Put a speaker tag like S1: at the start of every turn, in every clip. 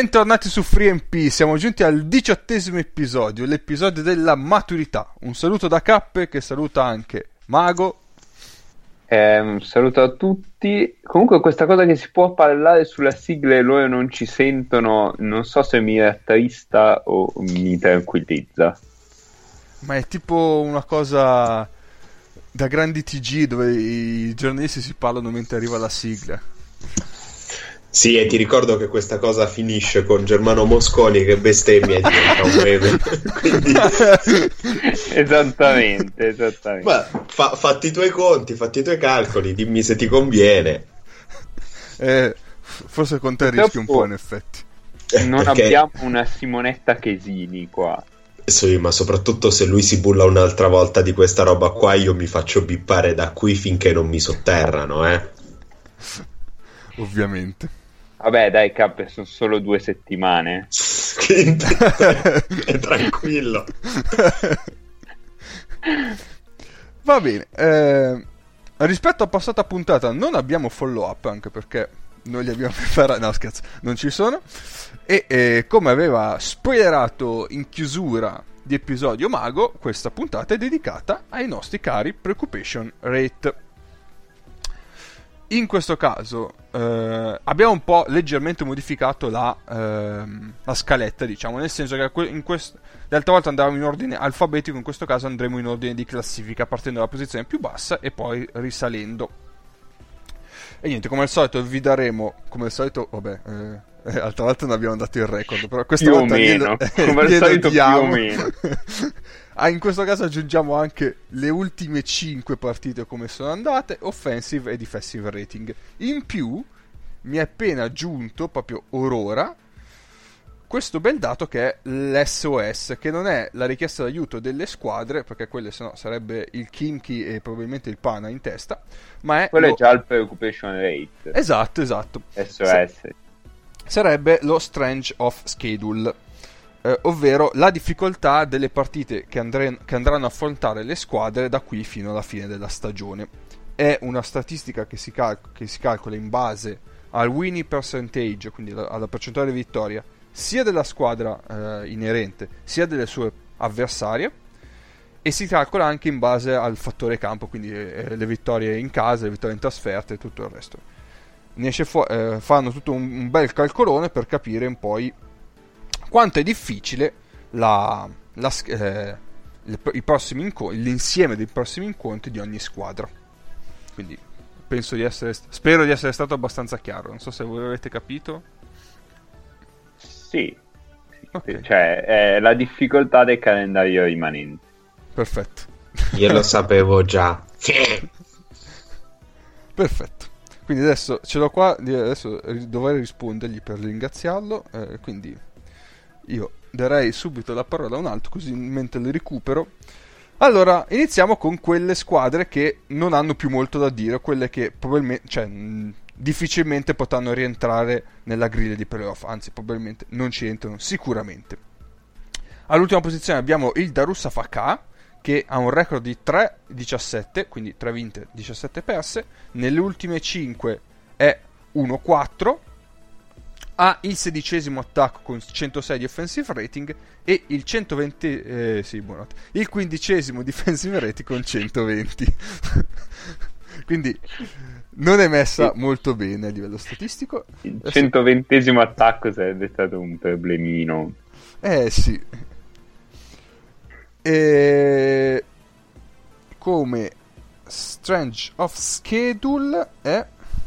S1: Bentornati su FreeMP, siamo giunti al 18° episodio, l'episodio della maturità. Un saluto da Cappe che saluta anche Mago.
S2: Un saluto a tutti. Comunque questa cosa che si può parlare sulla sigla e loro non ci sentono, non so se mi rattrista o mi tranquillizza.
S1: Ma è tipo una cosa da grandi TG dove i giornalisti si parlano mentre arriva la sigla.
S3: Sì, e ti ricordo che questa cosa finisce con Germano Mosconi che bestemmia e diventa un meme. Quindi...
S2: Esattamente.
S3: Ma fatti i tuoi conti, fatti i tuoi calcoli, dimmi se ti conviene.
S1: Forse con te rischi un po', in effetti.
S2: Non abbiamo una Simonetta Chesini qua.
S3: Sì, ma soprattutto se lui si bulla un'altra volta di questa roba qua, io mi faccio bippare da qui finché non mi sotterrano,
S1: Ovviamente.
S2: Vabbè, dai, Cap, sono solo 2 settimane.
S3: Quindi è tranquillo.
S1: Va bene. Rispetto a passata puntata non abbiamo follow up, anche perché noi li abbiamo preparati. No, scherzo, non ci sono. E come aveva spoilerato in chiusura di episodio Mago, questa puntata è dedicata ai nostri cari Preoccupation Rate. In questo caso abbiamo un po' leggermente modificato la scaletta, diciamo, nel senso che l'altra volta andavamo in ordine alfabetico, in questo caso andremo in ordine di classifica, partendo dalla posizione più bassa e poi risalendo. E niente, come al solito vi daremo, come al solito, vabbè, l'altra volta non abbiamo dato il record, però questa
S2: più
S1: volta
S2: o meno, come al solito
S1: diamo.
S2: Più o meno.
S1: In questo caso aggiungiamo anche le ultime 5 partite come sono andate, offensive e defensive rating. In più mi è appena aggiunto, proprio orora, questo bel dato che è l'SOS, che non è la richiesta d'aiuto delle squadre, perché quelle sennò sarebbe il Kimchi e probabilmente il Pana in testa, ma è...
S2: Quello è già il Preoccupation Rate.
S1: Esatto.
S2: SOS.
S1: Sarebbe lo Strength of Schedule. Ovvero la difficoltà delle partite che andranno a affrontare le squadre da qui fino alla fine della stagione. È una statistica che si calcola in base al winning percentage, quindi alla percentuale di vittoria sia della squadra inerente sia delle sue avversarie, e si calcola anche in base al fattore campo, quindi le vittorie in casa, le vittorie in trasferta e tutto il resto. Fanno tutto un bel calcolone per capire poi quanto è difficile l'insieme dei prossimi incontri di ogni squadra. Quindi spero di essere stato abbastanza chiaro. Non so se voi avete capito.
S2: Sì.
S1: Okay.
S2: Cioè è la difficoltà del calendario rimanente.
S1: Perfetto.
S3: Io lo sapevo già.
S1: Perfetto. Quindi adesso ce l'ho qua. Adesso dovrei rispondergli per ringraziarlo. Quindi io darei subito la parola a un altro, così mentre li recupero. Allora, iniziamo con quelle squadre che non hanno più molto da dire, quelle che probabilmente, difficilmente potranno rientrare nella griglia di playoff, anzi probabilmente non ci entrano sicuramente. All'ultima posizione abbiamo il Darussafaka, che ha un record di 3-17, quindi 3 vinte, 17 perse. Nelle ultime 5 è 1-4. Ha il 16° attacco con 106 di offensive rating e il 120 il 15° defensive rating con 120. Quindi non è messa molto bene a livello statistico.
S2: Il 120° attacco sarebbe stato un problemino.
S1: Sì. E come Strength of Schedule è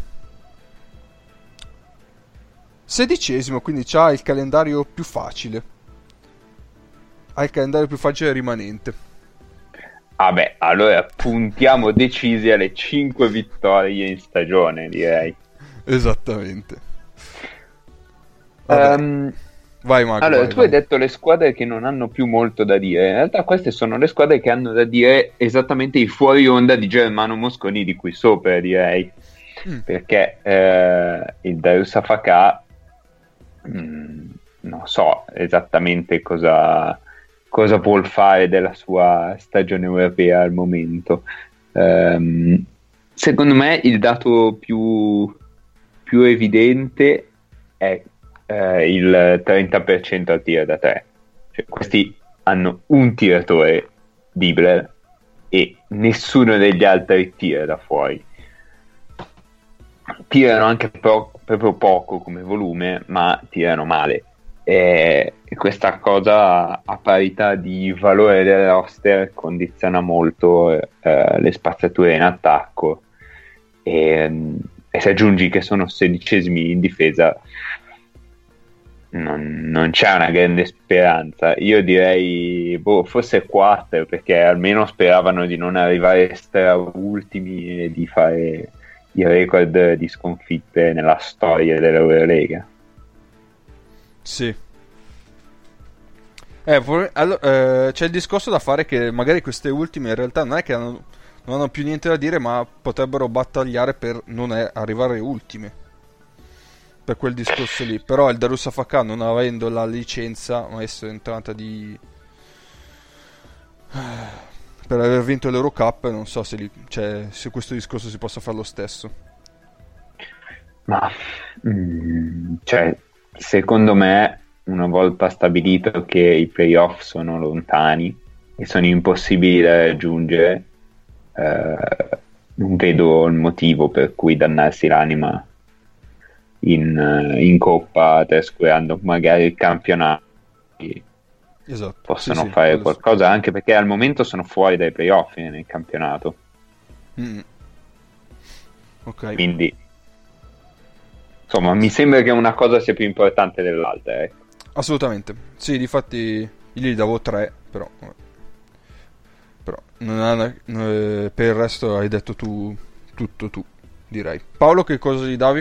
S1: 16°, quindi c'ha il calendario più facile. Ha il calendario più facile rimanente.
S2: Vabbè, allora puntiamo decisi alle 5 vittorie in stagione, direi.
S1: Esattamente. Vai Marco.
S2: Allora, tu hai detto le squadre che non hanno più molto da dire. In realtà queste sono le squadre che hanno da dire esattamente i fuori onda di Germano Mosconi di qui sopra, direi. Perché il Darussafaka non so esattamente cosa vuol fare della sua stagione europea al momento. Secondo me il dato più evidente è il 30% al tiro da 3. Cioè, questi hanno un tiratore, Dibbler, e nessuno degli altri tira da fuori. Tirano anche proprio poco come volume, ma tirano male. E questa cosa, a parità di valore del roster, condiziona molto le spazzature in attacco, e se aggiungi che sono 16esimi in difesa, non c'è una grande speranza. Io direi forse 4, perché almeno speravano di non arrivare stra ultimi e di fare il record di sconfitte nella storia dell'Eurolega.
S1: Sì. Allora, c'è il discorso da fare che magari queste ultime in realtà non è che non hanno più niente da dire, ma potrebbero battagliare per non arrivare ultime, per quel discorso lì. Però il Darusafaka, non avendo la licenza, ma essere entrata per aver vinto l'Eurocup, non so se questo discorso si possa fare lo stesso.
S2: Ma cioè, secondo me, una volta stabilito che i playoff sono lontani e sono impossibili da raggiungere, non vedo il motivo per cui dannarsi l'anima in Coppa, trascurando magari il campionato.
S1: Esatto.
S2: Possono fare qualcosa, anche perché al momento sono fuori dai playoff nel campionato.
S1: Ok.
S2: Quindi, insomma, mi sembra che una cosa sia più importante dell'altra, ecco.
S1: Assolutamente. Sì, difatti io gli davo 3, però per il resto hai detto tutto tu, direi. Paolo, che cosa gli davi?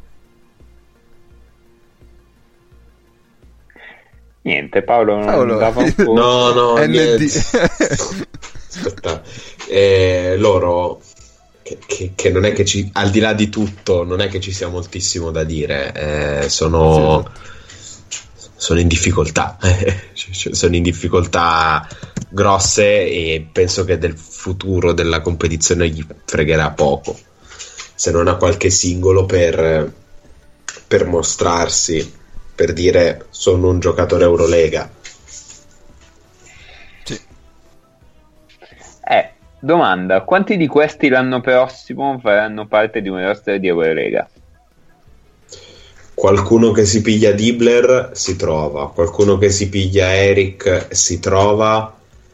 S2: Niente, Paolo dava un po'.
S3: No,
S1: ND.
S3: Aspetta, loro che non è che al di là di tutto non è che ci sia moltissimo da dire, sono in difficoltà, sono in difficoltà grosse, e penso che del futuro della competizione gli fregherà poco, se non a qualche singolo per mostrarsi, per dire sono un giocatore Eurolega.
S1: Sì.
S2: Domanda: quanti di questi l'anno prossimo faranno parte di un roster di Eurolega?
S3: Qualcuno che si piglia Dibbler si trova, qualcuno che si piglia Eric si trova,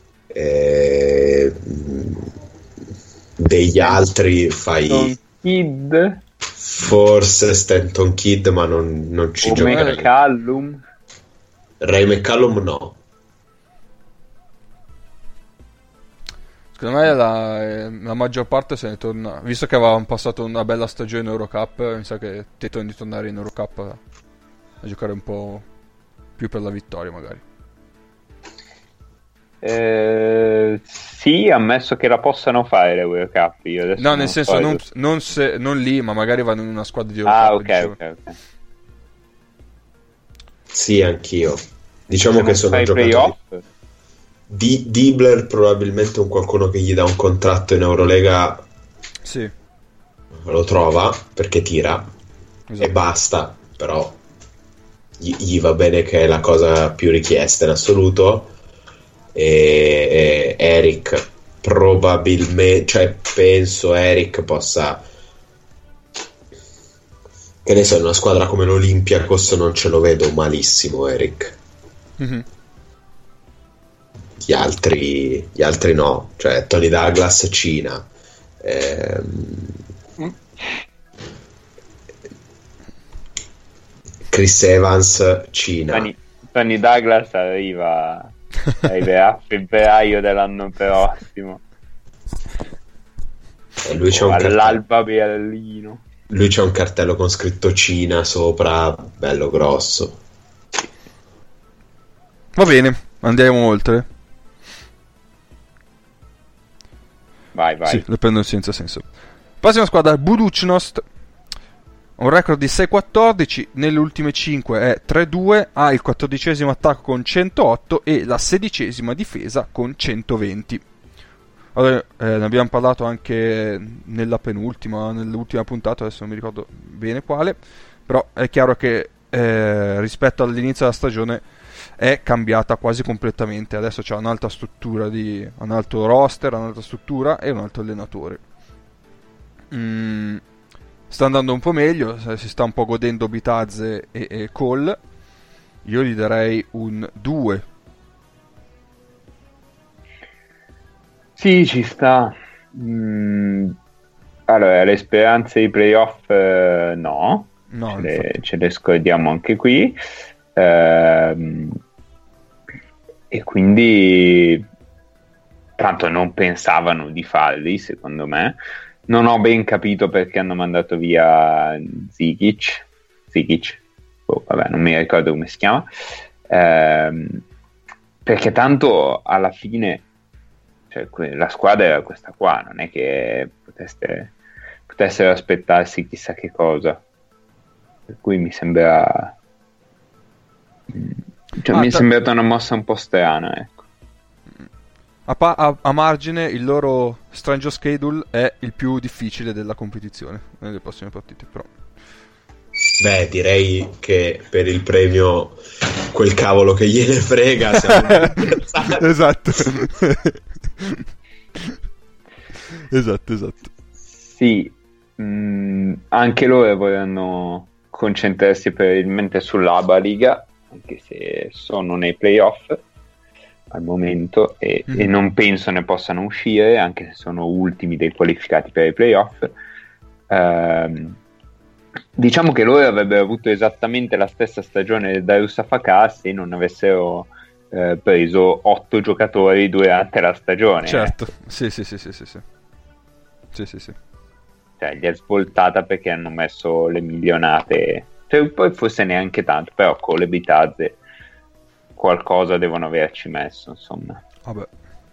S3: degli altri fai
S2: Kid?
S3: Forse Stanton Kidd, ma non ci gioca.
S2: McCallum?
S3: Ray McCallum no.
S1: Secondo me la maggior parte se ne torna, visto che avevamo passato una bella stagione in Eurocup, mi sa che tentano di tornare in Eurocup a giocare un po' più per la vittoria magari.
S2: Sì, ammesso che la possano fare l'Eurocup.
S1: No, nel senso non lì, ma magari vanno in una squadra di Eurocup.
S2: Ok.
S3: Sì, anch'io. Diciamo che sono giocatori. Dibbler probabilmente un qualcuno che gli dà un contratto in Eurolega.
S1: Sì.
S3: Lo trova perché tira.
S1: Esatto.
S3: E basta, però gli va bene, che è la cosa più richiesta in assoluto. E Eric probabilmente, cioè penso Eric possa, che ne so, in una squadra come l'Olympiacos non ce lo vedo malissimo Eric.
S1: Mm-hmm.
S3: Gli altri no, cioè Tony Douglas Cina, Chris Evans Cina.
S2: Tony Douglas arriverà a febbraio dell'anno prossimo,
S3: lui c'è
S2: all'Alba Berlino.
S3: Lui c'ha un cartello con scritto Cina sopra, bello grosso.
S1: Va bene, andiamo oltre.
S2: Vai.
S1: Sì, le prendo senza senso. Prossima squadra è Budućnost. Un record di 6-14, nelle ultime 5 è 3-2, ha il 14esimo attacco con 108 e la 16esima difesa con 120. Allora, ne abbiamo parlato anche nell'ultima puntata, adesso non mi ricordo bene quale, però è chiaro che rispetto all'inizio della stagione è cambiata quasi completamente. Adesso c'è un'altra struttura, un altro roster, un'altra struttura e un altro allenatore. Sta andando un po' meglio, si sta un po' godendo Bitadze e Cole. Io gli darei un 2.
S2: Sì, ci sta. Allora, le speranze di playoff no, ce le scordiamo anche qui. E quindi tanto non pensavano di farli, secondo me. Non ho ben capito perché hanno mandato via Zigic, vabbè, non mi ricordo come si chiama, perché tanto alla fine, cioè, la squadra era questa qua, non è che potessero aspettarsi chissà che cosa, per cui mi sembra, mi è sembrata una mossa un po' strana, ecco.
S1: A margine, il loro Strange Schedule è il più difficile della competizione nelle prossime partite, però.
S3: Beh, direi che per il premio quel cavolo che gliene frega siamo
S1: Esatto. Esatto.
S2: Sì, anche loro vorranno concentrarsi probabilmente sull'ABA Liga, anche se sono nei playoff al momento e non penso ne possano uscire, anche se sono ultimi dei qualificati per i playoff. Diciamo che loro avrebbero avuto esattamente la stessa stagione del Darusafaka se non avessero preso 8 giocatori durante la stagione.
S1: Certo, sì.
S2: Cioè, gli è svoltata perché hanno messo le milionate, cioè, poi forse neanche tanto, però con le Bitazze qualcosa devono averci messo, insomma.
S1: Vabbè.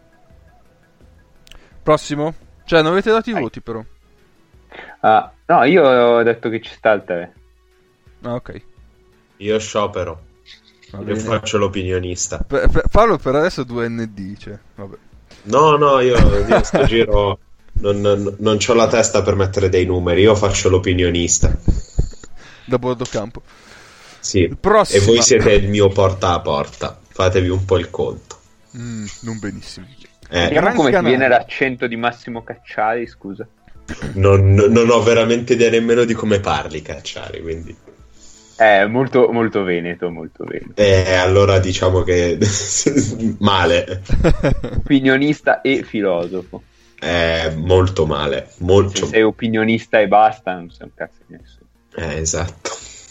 S1: Prossimo? Cioè, non avete dato i voti, però.
S2: No, io ho detto che ci sta il 3.
S1: Ah, ok.
S3: Io sciopero. Io faccio l'opinionista.
S1: Farlo per adesso 2ND, cioè, vabbè.
S3: No, io sto giro non c'ho la testa per mettere dei numeri, io faccio l'opinionista.
S1: Da bordo campo.
S3: Sì, e voi siete il mio porta a porta. Fatevi un po' il conto.
S1: Non benissimo.
S2: Vediamo come ti viene l'accento di Massimo Cacciari, scusa.
S3: Non ho veramente idea nemmeno di come parli Cacciari, quindi...
S2: molto, molto veneto, molto veneto.
S3: Allora diciamo che... male.
S2: Opinionista e filosofo.
S3: Molto male. Molto...
S2: Se sei opinionista e basta, non sei un cazzo di nessuno.
S3: Esatto.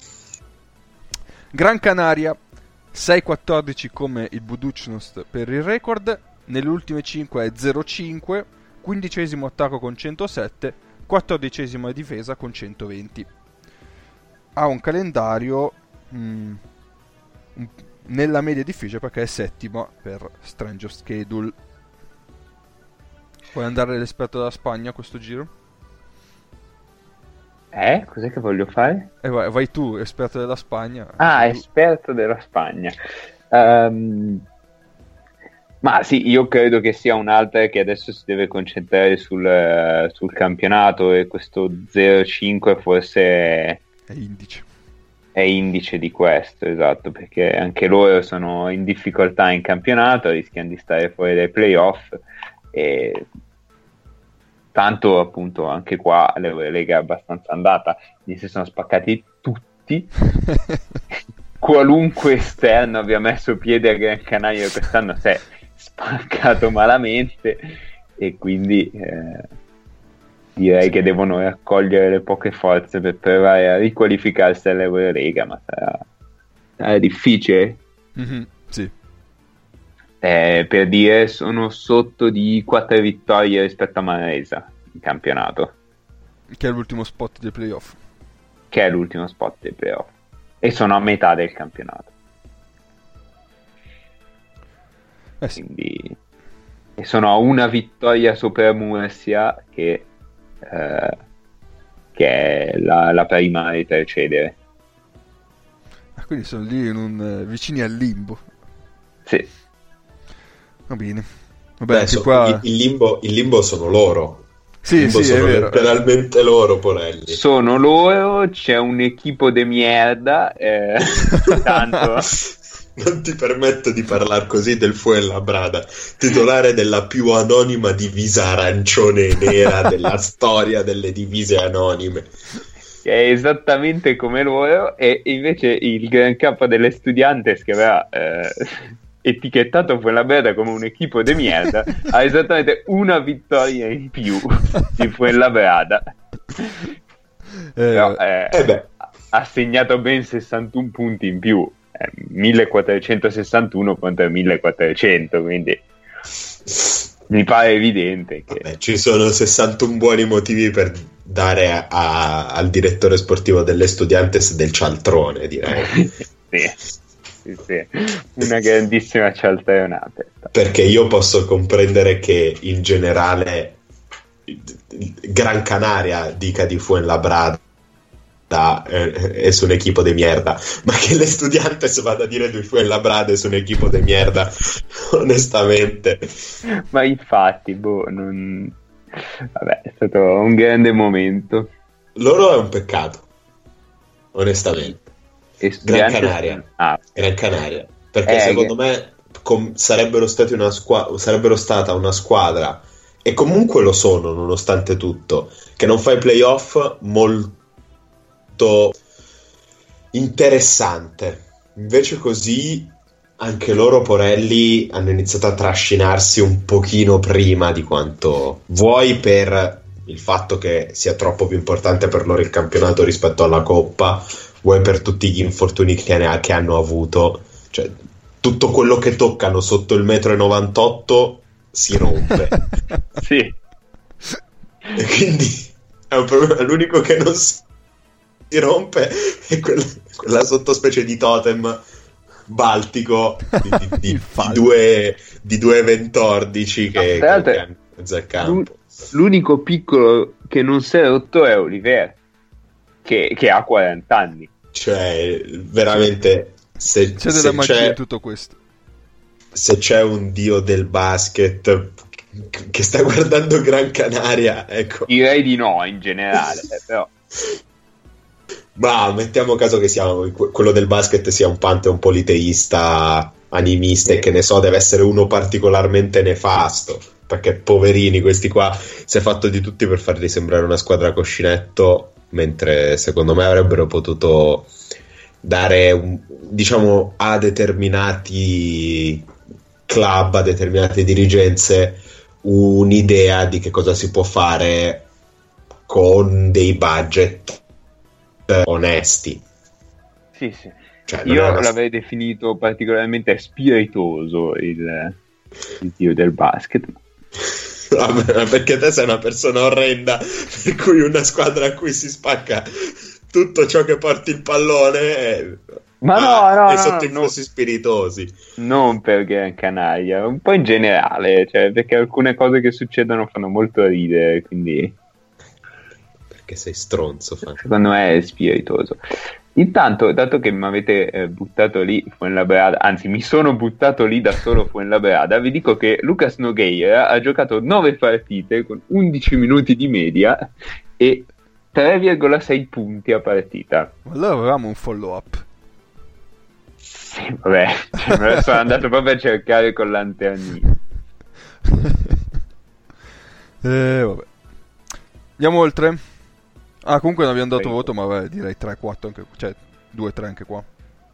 S1: Gran Canaria 6-14 come il Budućnost per il record, nelle ultime 5 è 0-5, 15esimo attacco con 107, 14esima difesa con 120. Ha un calendario nella media difficile perché è settima per Strange Schedule. Puoi andare all'esperto della Spagna questo giro?
S2: Cos'è che voglio fare?
S1: Vai tu, esperto della Spagna.
S2: Esperto della Spagna. Ma sì, io credo che sia un'altra che adesso si deve concentrare sul campionato, e questo 0-5 forse è indice di questo, esatto, perché anche loro sono in difficoltà in campionato, rischiano di stare fuori dai playoff, e tanto appunto anche qua l'Eurolega è abbastanza andata, si sono spaccati tutti. Qualunque esterno abbia messo piede a Gran Canaria quest'anno si è spaccato malamente, e quindi direi che devono raccogliere le poche forze per provare a riqualificarsi all'Eurolega, ma sarà difficile.
S1: Sì.
S2: Per dire, sono sotto di 4 vittorie rispetto a Manresa in campionato,
S1: che è l'ultimo spot dei playoff,
S2: e sono a metà del campionato.
S1: Sì.
S2: Quindi, e sono a una vittoria sopra Murcia che è la prima a retrocedere.
S1: Quindi sono lì vicini al limbo.
S2: Sì.
S1: Va bene. Vabbè, qua...
S3: il limbo sono loro.
S1: Sì, sì,
S3: sono
S1: è vero.
S3: letteralmente loro, porelli.
S2: Sono loro, c'è un equipo de merda, tanto...
S3: Non ti permetto di parlare così del Fuenlabrada, titolare della più anonima divisa arancione e nera della storia delle divise anonime.
S2: Che è esattamente come loro, e invece il gran capo delle Estudiantes, che aveva etichettato Fuenlabrada come un equipo de merda, ha esattamente una vittoria in più di Fuenlabrada. Però, ha segnato ben 61 punti in più, 1461 contro 1400, quindi mi pare evidente che...
S3: Vabbè, ci sono 61 buoni motivi per dare al direttore sportivo delle Estudiantes del cialtrone, direi.
S2: sì, una grandissima cialtronata.
S3: Perché io posso comprendere che in generale Gran Canaria dica di Fuenlabrada es un equipo de mierda, ma che le Estudiantes vada a dire di Fuenlabrada es un equipo de mierda, onestamente.
S2: Ma infatti, vabbè, è stato un grande momento.
S3: Loro è un peccato, onestamente. Gran Canaria, perché secondo me sarebbero stata una squadra, e comunque lo sono nonostante tutto, che non fa i playoff, molto interessante. Invece così anche loro, porelli, hanno iniziato a trascinarsi un pochino prima di quanto, vuoi per il fatto che sia troppo più importante per loro il campionato rispetto alla Coppa, vuoi per tutti gli infortuni che hanno avuto, cioè tutto quello che toccano sotto il 1,98 m si rompe.
S2: Sì.
S3: E quindi è un problema, l'unico che non si rompe è quella sottospecie di totem baltico di due ventordici che hanno mezzo al campo.
S2: L'unico piccolo che non si è rotto è Oliver, che ha 40 anni.
S3: Cioè, veramente,
S1: c'è della magia in tutto questo.
S3: Se c'è un dio del basket che sta guardando Gran Canaria, ecco.
S2: Direi di no, in generale, però.
S3: Ma mettiamo caso che quello del basket sia un pantheon politeista, animista, e che ne so, deve essere uno particolarmente nefasto, perché poverini questi qua, si è fatto di tutti per farli sembrare una squadra coscinetto, mentre secondo me avrebbero potuto dare diciamo a determinati club, a determinate dirigenze, un'idea di che cosa si può fare con dei budget onesti.
S2: Sì.
S3: Cioè,
S2: io l'avrei definito particolarmente spiritoso il dio del basket.
S3: Vabbè, perché te sei una persona orrenda, per cui una squadra a cui si spacca tutto ciò che porti il pallone
S2: no,
S3: sotto influssi spiritosi.
S2: Non per Gran Canaria, un po' in generale, cioè, perché alcune cose che succedono fanno molto ridere, quindi
S3: perché sei stronzo,
S2: secondo me è spiritoso. Intanto, dato che mi avete buttato lì Fuenlabrada, anzi mi sono buttato lì da solo Fuenlabrada, vi dico che Lucas Nogueira ha giocato 9 partite con 11 minuti di media e 3,6 punti a partita.
S1: Allora avevamo un follow up.
S2: Sì, vabbè, me lo sono andato proprio a cercare con lanternino.
S1: Vabbè. Andiamo oltre. Comunque non abbiamo dato voto, ma vabbè, direi 3-4 anche, cioè 2-3 anche qua.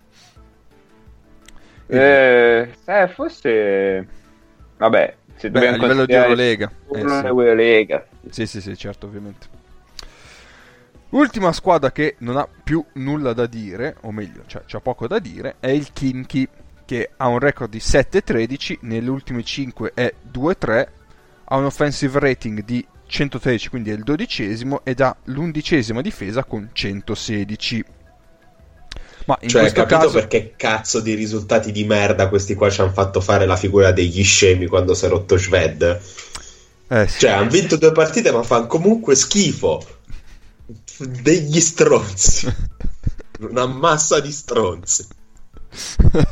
S2: Forse vabbè, se
S1: a livello di Eurolega.
S2: Eurolega.
S1: Sì, certo, ovviamente. Ultima squadra che non ha più nulla da dire, o meglio, cioè c'ha poco da dire, è il Khimki, che ha un record di 7-13, nelle ultime 5 è 2-3, ha un offensive rating di 113, quindi è il 12esimo, ed ha l'11esima difesa con 116. Ma in questo caso,
S3: perché cazzo di risultati di merda questi qua ci hanno fatto fare la figura degli scemi quando si è rotto Shved.
S1: Sì.
S3: Cioè, hanno vinto 2 partite, ma fanno comunque schifo. Degli stronzi. Una massa di stronzi.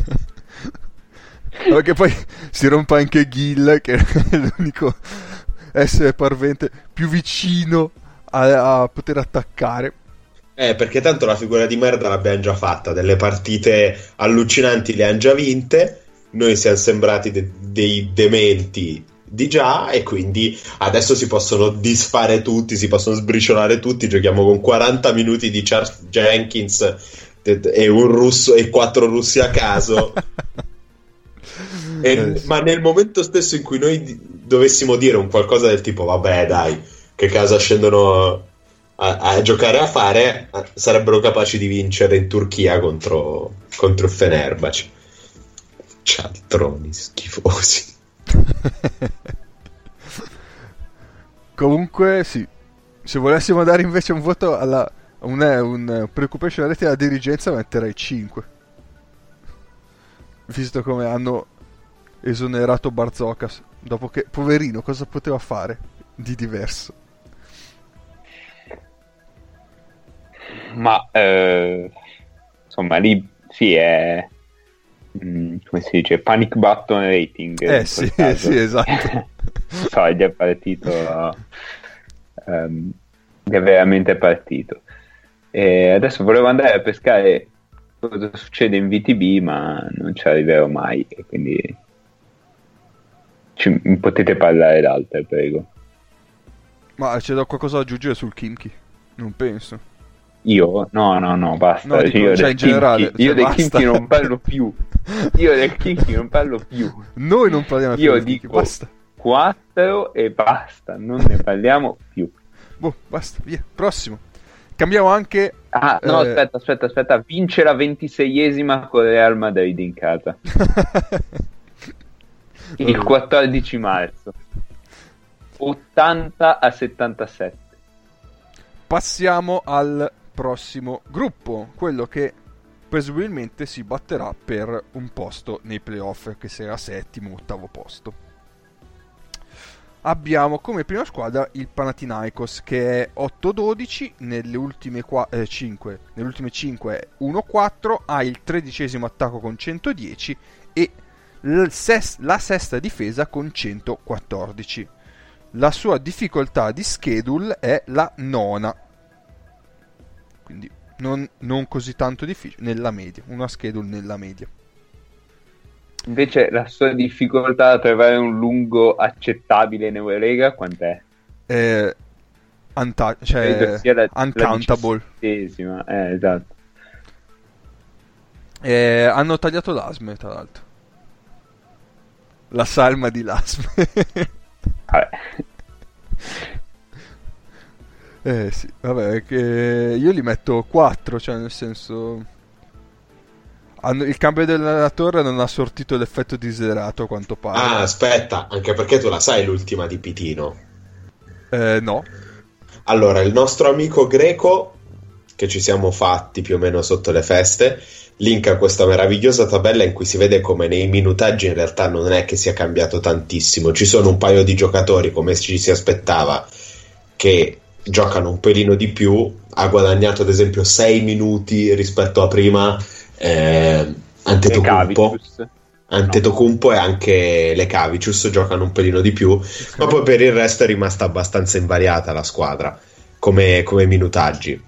S1: Perché poi si rompe anche Gil, che è l'unico essere parvente più vicino a poter attaccare.
S3: Perché tanto la figura di merda l'abbiamo già fatta, delle partite allucinanti le hanno già vinte, noi siamo sembrati dei dementi di già, e quindi adesso si possono disfare tutti, si possono sbriciolare tutti, giochiamo con 40 minuti di Charles Jenkins e un russo e 4 russi a caso. Ma nel momento stesso in cui noi dovessimo dire un qualcosa del tipo vabbè dai, che casa scendono a giocare a fare, sarebbero capaci di vincere in Turchia contro il Fenerbahce. Cialtroni schifosi.
S1: Comunque sì, se volessimo dare invece un voto alla un preoccupation rate alla dirigenza, metterei 5, visto come hanno esonerato Barzokas, dopo che poverino cosa poteva fare di diverso.
S2: Ma insomma lì sì, è come si dice, panic button rating.
S1: Sì, sì, esatto.
S2: È partito è veramente partito. E adesso volevo andare a pescare cosa succede in VTB, ma non ci arriverò mai, e quindi potete parlare d'altro, prego.
S1: Ma c'è da qualcosa da aggiungere sul Kimchi? Non penso.
S2: Io? No, basta.
S1: No, dico, io in generale,
S2: io del Kimchi non parlo più.
S1: Noi non parliamo più.
S2: Io dico basta. 4 e basta, non ne parliamo più.
S1: Boh, basta, via. Prossimo. Cambiamo anche...
S2: no, aspetta. Vince la 26esima con Real Madrid in casa. Il 14 marzo. 80-77.
S1: Passiamo al prossimo gruppo, quello che presumibilmente si batterà per un posto nei playoff, che sarà settimo, ottavo posto. Abbiamo come prima squadra il Panathinaikos, che è 8-12, nelle ultime 5 1-4, ha il 13esimo attacco con 110 e la sesta difesa con 114. La sua difficoltà di schedule è la 9ª, quindi non così tanto difficile, nella media, una schedule nella media.
S2: Invece la sua difficoltà a trovare un lungo accettabile in Eurolega quant'è?
S1: Uncountable.
S2: Esatto.
S1: Hanno tagliato l'Asme, tra l'altro. La salma di l'Asme.
S2: Vabbè.
S1: Sì, vabbè, che io li metto 4, cioè nel senso... il cambio dell'allenatore non ha sortito l'effetto desiderato, a quanto pare.
S3: Ah, aspetta, anche perché tu la sai l'ultima di Pitino.
S1: No.
S3: Allora, il nostro amico greco, che ci siamo fatti più o meno sotto le feste, linka questa meravigliosa tabella in cui si vede come nei minutaggi in realtà non è che sia cambiato tantissimo. Ci sono un paio di giocatori, come ci si aspettava, che giocano un pelino di più. Ha guadagnato ad esempio 6 minuti rispetto a prima Antetokounmpo e anche Lekavicius giocano un pelino di più, ma poi per il resto è rimasta abbastanza invariata la squadra come minutaggi.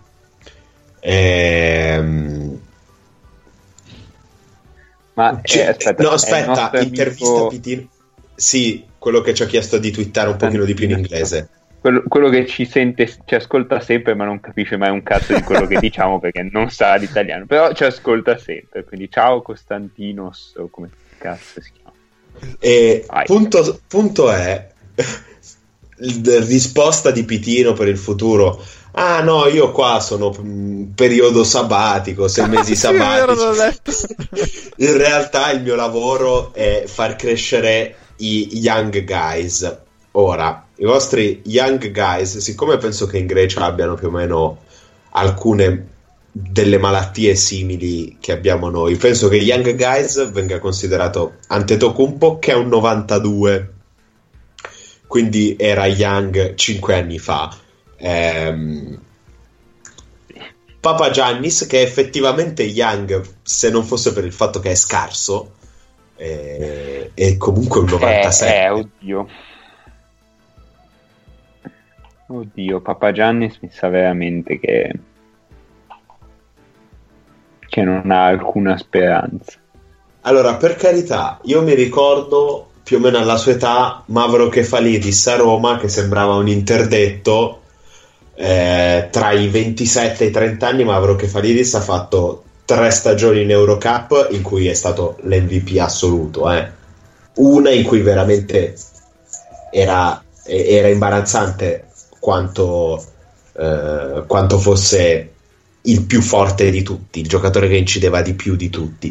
S3: Aspetta, intervista amico... Pitino. Sì, quello che ci ha chiesto di twittare un pochino di più in inglese.
S2: Quello che ci ascolta sempre, ma non capisce mai un cazzo di quello che diciamo perché non sa l'italiano, però ci ascolta sempre. Quindi ciao Costantinos, o come cazzo si chiama.
S3: E punto è risposta di Pitino per il futuro. Ah no, io qua sono periodo sabbatico, 6 mesi sabbatici. In realtà il mio lavoro è far crescere i young guys. Ora, i vostri young guys, siccome penso che in Grecia abbiano più o meno alcune delle malattie simili che abbiamo noi, penso che young guys venga considerato Antetokounmpo, che è un 92, quindi era young 5 anni fa. Papagiannis, che è effettivamente young se non fosse per il fatto che è scarso, è comunque un 97.
S2: Oddio. Oddio, Papa Giannis mi sa veramente che non ha alcuna speranza.
S3: Allora, per carità, io mi ricordo più o meno alla sua età Mavro Kefalidis a Roma, che sembrava un interdetto. Tra i 27 e i 30 anni Mavro Kefalidis ha fatto 3 stagioni in Eurocup in cui è stato l'MVP assoluto, una in cui veramente era imbarazzante quanto fosse il più forte di tutti, il giocatore che incideva di più di tutti.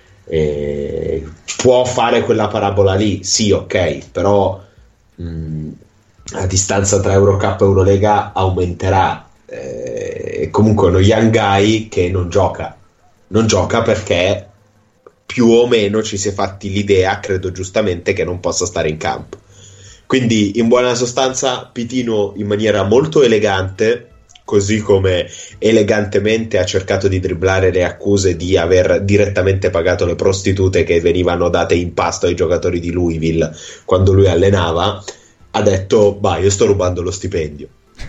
S3: Può fare quella parabola lì, sì, ok, però a distanza tra Eurocup e Eurolega aumenterà. Comunque uno young guy che non gioca perché più o meno ci si è fatti l'idea, credo giustamente, che non possa stare in campo. Quindi in buona sostanza Pitino in maniera molto elegante, così come elegantemente ha cercato di dribblare le accuse di aver direttamente pagato le prostitute che venivano date in pasto ai giocatori di Louisville quando lui allenava, ha detto: bah, io sto rubando lo stipendio.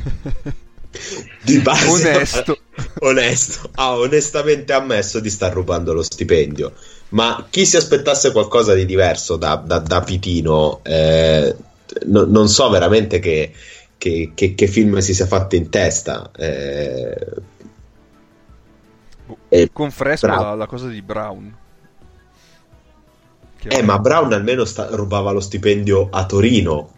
S3: Di base onesto, ha onestamente ammesso di star rubando lo stipendio. Ma chi si aspettasse qualcosa di diverso da Pitino, non so veramente che film si sia fatto in testa.
S1: Con Fresco la cosa di Brown.
S3: Ma Brown almeno rubava lo stipendio a Torino.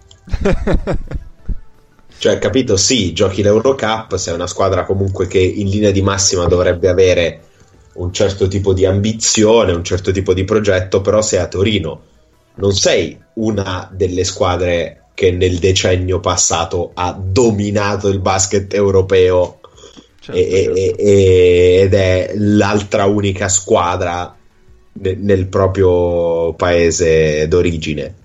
S3: Cioè, capito? Sì, giochi l'Eurocup, sei una squadra comunque che in linea di massima dovrebbe avere un certo tipo di ambizione, un certo tipo di progetto, però sei a Torino, non sei una delle squadre che nel decennio passato ha dominato il basket europeo, certo. Ed è l'altra unica squadra nel proprio paese d'origine.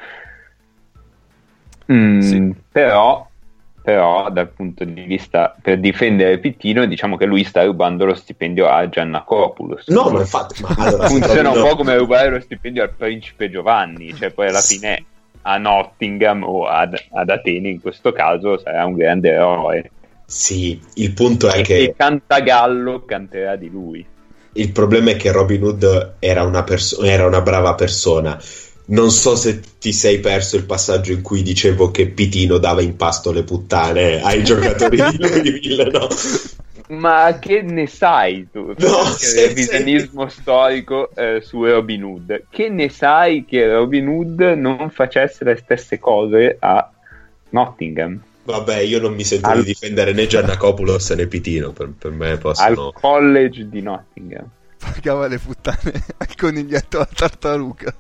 S2: Sì. Però dal punto di vista, per difendere Pitino, diciamo che lui sta rubando lo stipendio a Giannakopoulos.
S3: No, ma infatti allora,
S2: funziona un po' come rubare lo stipendio al principe Giovanni, cioè poi alla fine a Nottingham o ad Atene in questo caso sarà un grande eroe.
S3: Sì, il punto è che
S2: il Cantagallo canterà di lui.
S3: Il problema è che Robin Hood era una brava persona. Non so se ti sei perso il passaggio in cui dicevo che Pitino dava in pasto le puttane ai giocatori di Louisville, no?
S2: Ma che ne sai tu?
S3: No,
S2: il revisionismo storico su Robin Hood. Che ne sai che Robin Hood non facesse le stesse cose a Nottingham?
S3: Vabbè, io non mi sento di difendere né Giannakopoulos né Pitino, per me possono...
S2: Al college di Nottingham.
S1: Pagava le puttane al coniglietto alla tartaruga.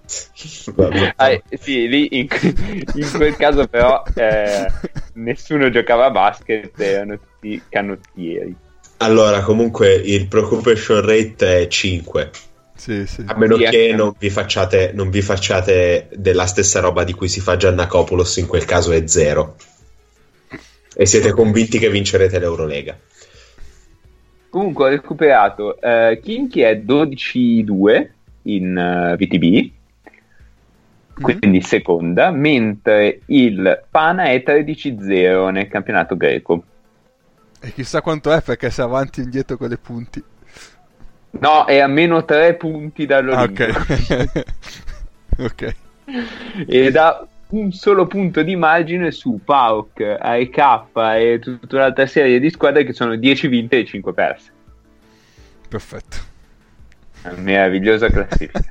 S2: Sì, lì in quel caso però nessuno giocava a basket, erano tutti canottieri.
S3: Allora, comunque il preoccupation rate è 5.
S1: Sì.
S3: A meno che non vi facciate della stessa roba di cui si fa Giannakopoulos, in quel caso è 0. E siete convinti che vincerete l'Eurolega.
S2: Comunque ho recuperato Kinky è 12-2 in VTB, quindi seconda, mentre il Pana è 13-0 nel campionato greco.
S1: E chissà quanto è, perché sei avanti e indietro con le punti.
S2: No, è a meno 3 punti dall'Olimpico.
S1: Ok.
S2: Ed ha un solo punto di margine su PAOK, AEK e tutta un'altra serie di squadre che sono 10 vinte e 5 perse.
S1: Perfetto.
S2: Una meravigliosa classifica.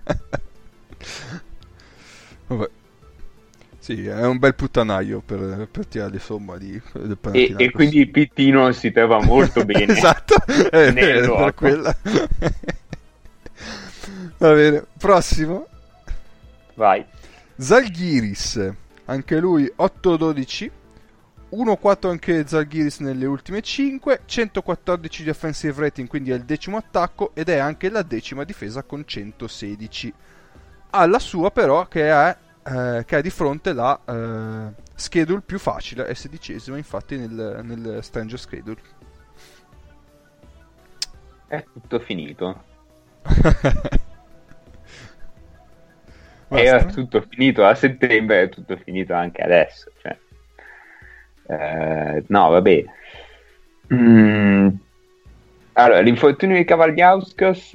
S1: Vabbè. Sì, è un bel puttanaio per tirare somma del
S2: e quindi il Pittino si trova molto bene.
S1: Esatto, per quella. Va bene, prossimo.
S2: Vai.
S1: Zalgiris, anche lui 8-12, 1-4 anche Zalgiris nelle ultime 5, 114 di offensive rating, quindi è il 10° attacco ed è anche la 10ª difesa con 116. Alla sua però che ha di fronte la schedule più facile, è 16ª infatti nel Stranger Schedule.
S2: È tutto finito. Era tutto finito a settembre, è tutto finito anche adesso, cioè. No, vabbè. Allora, l'infortunio di Cavaliauskas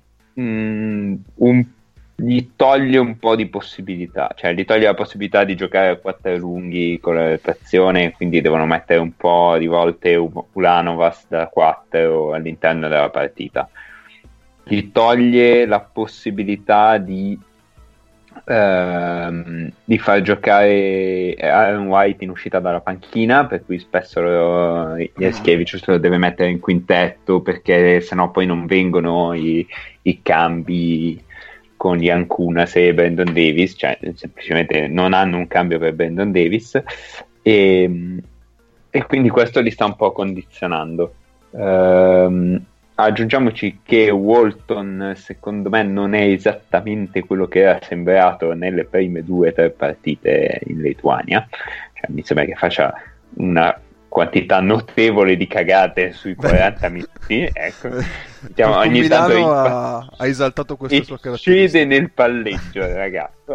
S2: gli toglie un po' di possibilità, cioè gli toglie la possibilità di giocare a 4 lunghi con la rotazione, quindi devono mettere un po' di volte Ulanovas da 4 all'interno della partita. Gli toglie la possibilità di far giocare Aaron White in uscita dalla panchina, per cui spesso Jaskiewicz lo deve mettere in quintetto, perché sennò poi non vengono i cambi con Jan Kunas e Brandon Davis, cioè semplicemente non hanno un cambio per Brandon Davis, e quindi questo li sta un po' condizionando. Aggiungiamoci che Walton secondo me non è esattamente quello che era sembrato nelle prime 2 o 3 partite in Lituania, cioè, mi sembra che faccia una quantità notevole di cagate sui 40 minuti, ecco.
S1: Diciamo, ogni tanto ha esaltato questa sua caratteristica,
S2: scende nel palleggio ragazzo,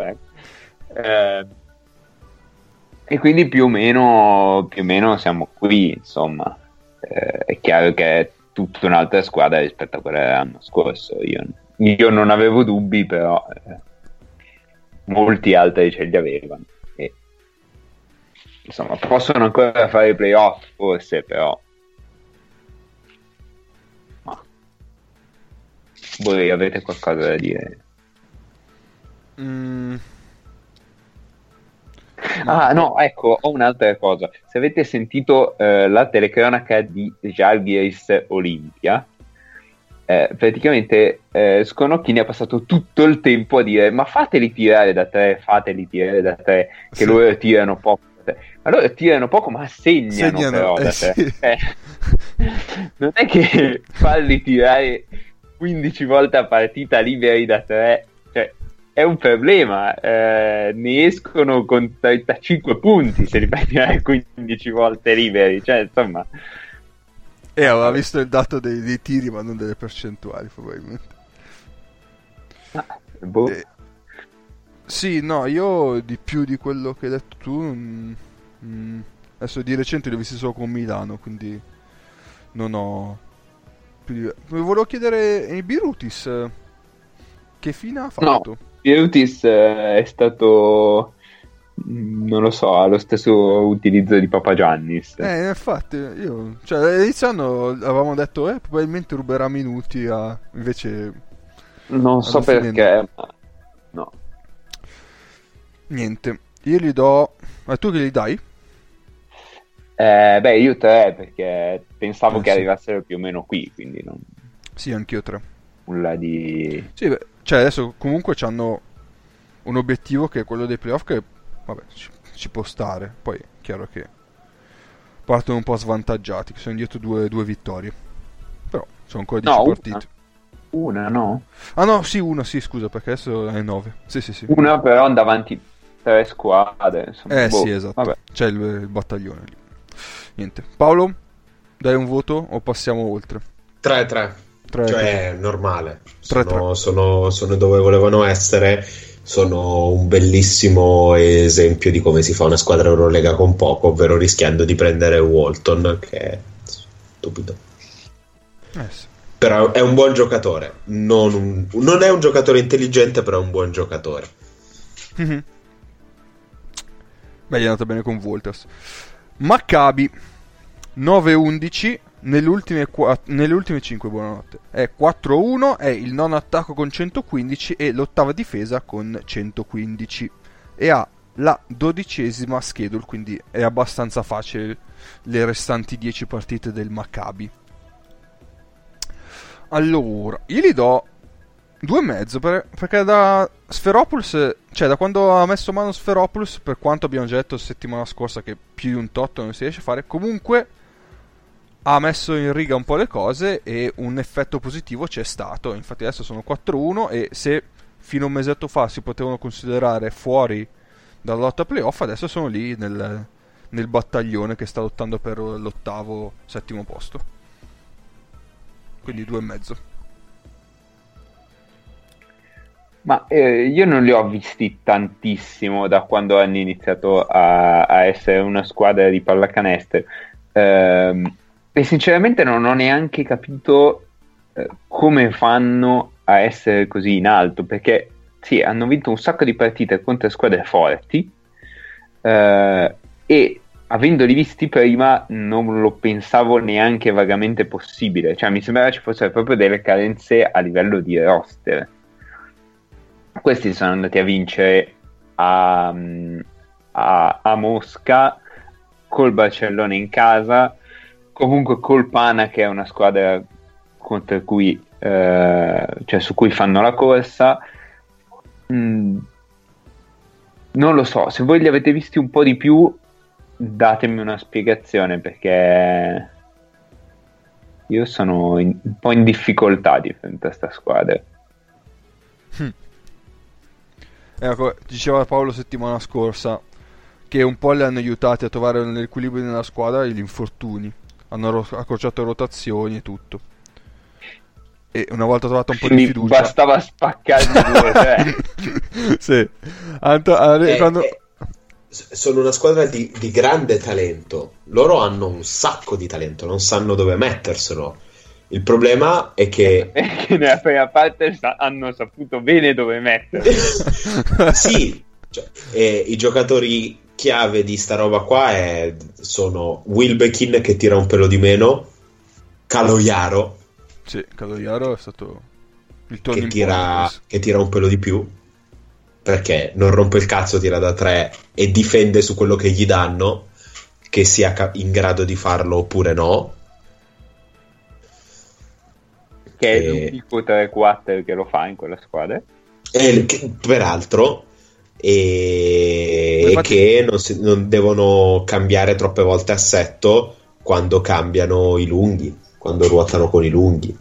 S2: e quindi più o meno siamo qui, insomma. È chiaro che è tutta un'altra squadra rispetto a quella dell'anno scorso. Io non avevo dubbi, però molti altri ce li avevano, e insomma possono ancora fare i playoff forse, però voi avete qualcosa da dire? No, ecco, ho un'altra cosa. Se avete sentito la telecronaca di Žalgiris Olimpia, praticamente Skonocchi ne ha passato tutto il tempo a dire: ma fateli tirare da 3, che sì, loro tirano poco. Ma loro tirano poco, ma segnano però da 3. Sì. Non è che farli tirare 15 volte a partita liberi da 3, cioè è un problema. Ne escono con 35 punti se li fai tirare 15 volte liberi, cioè insomma.
S1: Aveva visto il dato dei tiri, ma non delle percentuali, probabilmente. Sì, no, io di più di quello che hai detto tu, adesso di recente li ho visti solo con Milano, quindi non ho più di... Volevo chiedere Birutis che fine ha fatto?
S2: No, Birutis è stato, non lo so, ha lo stesso utilizzo di Papagiannis.
S1: Infatti, io, cioè, all'inizio avevamo detto probabilmente ruberà minuti invece
S2: non so perché, no.
S1: Niente, io gli do... Ma tu che gli dai?
S2: Io 3, perché pensavo che arrivassero più o meno qui, quindi non...
S1: Sì, anch'io 3.
S2: Nulla di...
S1: Sì, cioè adesso comunque hanno un obiettivo che è quello dei playoff, che vabbè, ci può stare. Poi è chiaro che partono un po' svantaggiati, che sono indietro due vittorie. Però sono ancora 10 partite.
S2: Una, no?
S1: Ah no, sì, una, sì, scusa, perché adesso è 9. Sì.
S2: Una però davanti 3 squadre, insomma.
S1: Sì, esatto. Vabbè. C'è il battaglione lì. Niente. Paolo, dai un voto o passiamo oltre?
S3: 3-3. Cioè, normale.
S1: 3-3.
S3: Sono dove volevano essere. Sono un bellissimo esempio di come si fa una squadra Eurolega con poco, ovvero rischiando di prendere Walton, che è stupido.
S1: Sì.
S3: Però è un buon giocatore. Non è un giocatore intelligente, però è un buon giocatore.
S1: Mm-hmm. Beh, gli è andato bene con Wolters. Maccabi 9-11 nelle ultime 5, buonanotte. È 4-1, è il nono attacco con 115 e l'ottava difesa con 115. E ha la 12ª schedule, quindi è abbastanza facile le restanti 10 partite del Maccabi. Allora, io gli do 2,5 perché da Sferopoulos, cioè da quando ha messo mano Sferopoulos, per quanto abbiamo già detto settimana scorsa che più di un tot non si riesce a fare, comunque ha messo in riga un po' le cose e un effetto positivo c'è stato. Infatti adesso sono 4-1 e se fino a un mesetto fa si potevano considerare fuori dalla lotta playoff, adesso sono lì nel battaglione che sta lottando per l'ottavo, settimo posto. Quindi 2,5.
S2: Ma io non li ho visti tantissimo da quando hanno iniziato a essere una squadra di pallacanestro, e sinceramente non ho neanche capito come fanno a essere così in alto, perché sì, hanno vinto un sacco di partite contro squadre forti, e avendoli visti prima non lo pensavo neanche vagamente possibile, cioè mi sembrava ci fossero proprio delle carenze a livello di roster. Questi sono andati a vincere a Mosca, col Barcellona in casa, comunque col Pana, che è una squadra contro cui cioè su cui fanno la corsa. Non lo so, se voi li avete visti un po' di più datemi una spiegazione, perché io sono un po' in difficoltà di fronte a sta squadra.
S1: Ecco, diceva Paolo settimana scorsa che un po' li hanno aiutati a trovare l'equilibrio nella squadra gli infortuni, hanno accorciato rotazioni e tutto, e una volta trovata un po' di fiducia
S2: bastava spaccarli due.
S1: Sì.
S3: Sono una squadra di grande talento, loro hanno un sacco di talento, non sanno dove metterselo. Il problema è che
S2: nella prima parte hanno saputo bene dove metterlo.
S3: Sì, cioè, i giocatori chiave di sta roba qua sono Wilbekin, che tira un pelo di meno, Caloiaro.
S1: Sì, Caloiaro è stato il
S3: che tira un pelo di più, perché non rompe il cazzo, tira da 3 e difende su quello che gli danno, che sia in grado di farlo oppure no.
S2: Che è l'unico 3-4 che lo fa in quella squadra.
S3: Peraltro, e che non devono cambiare troppe volte assetto quando cambiano i lunghi, quando ruotano con i lunghi.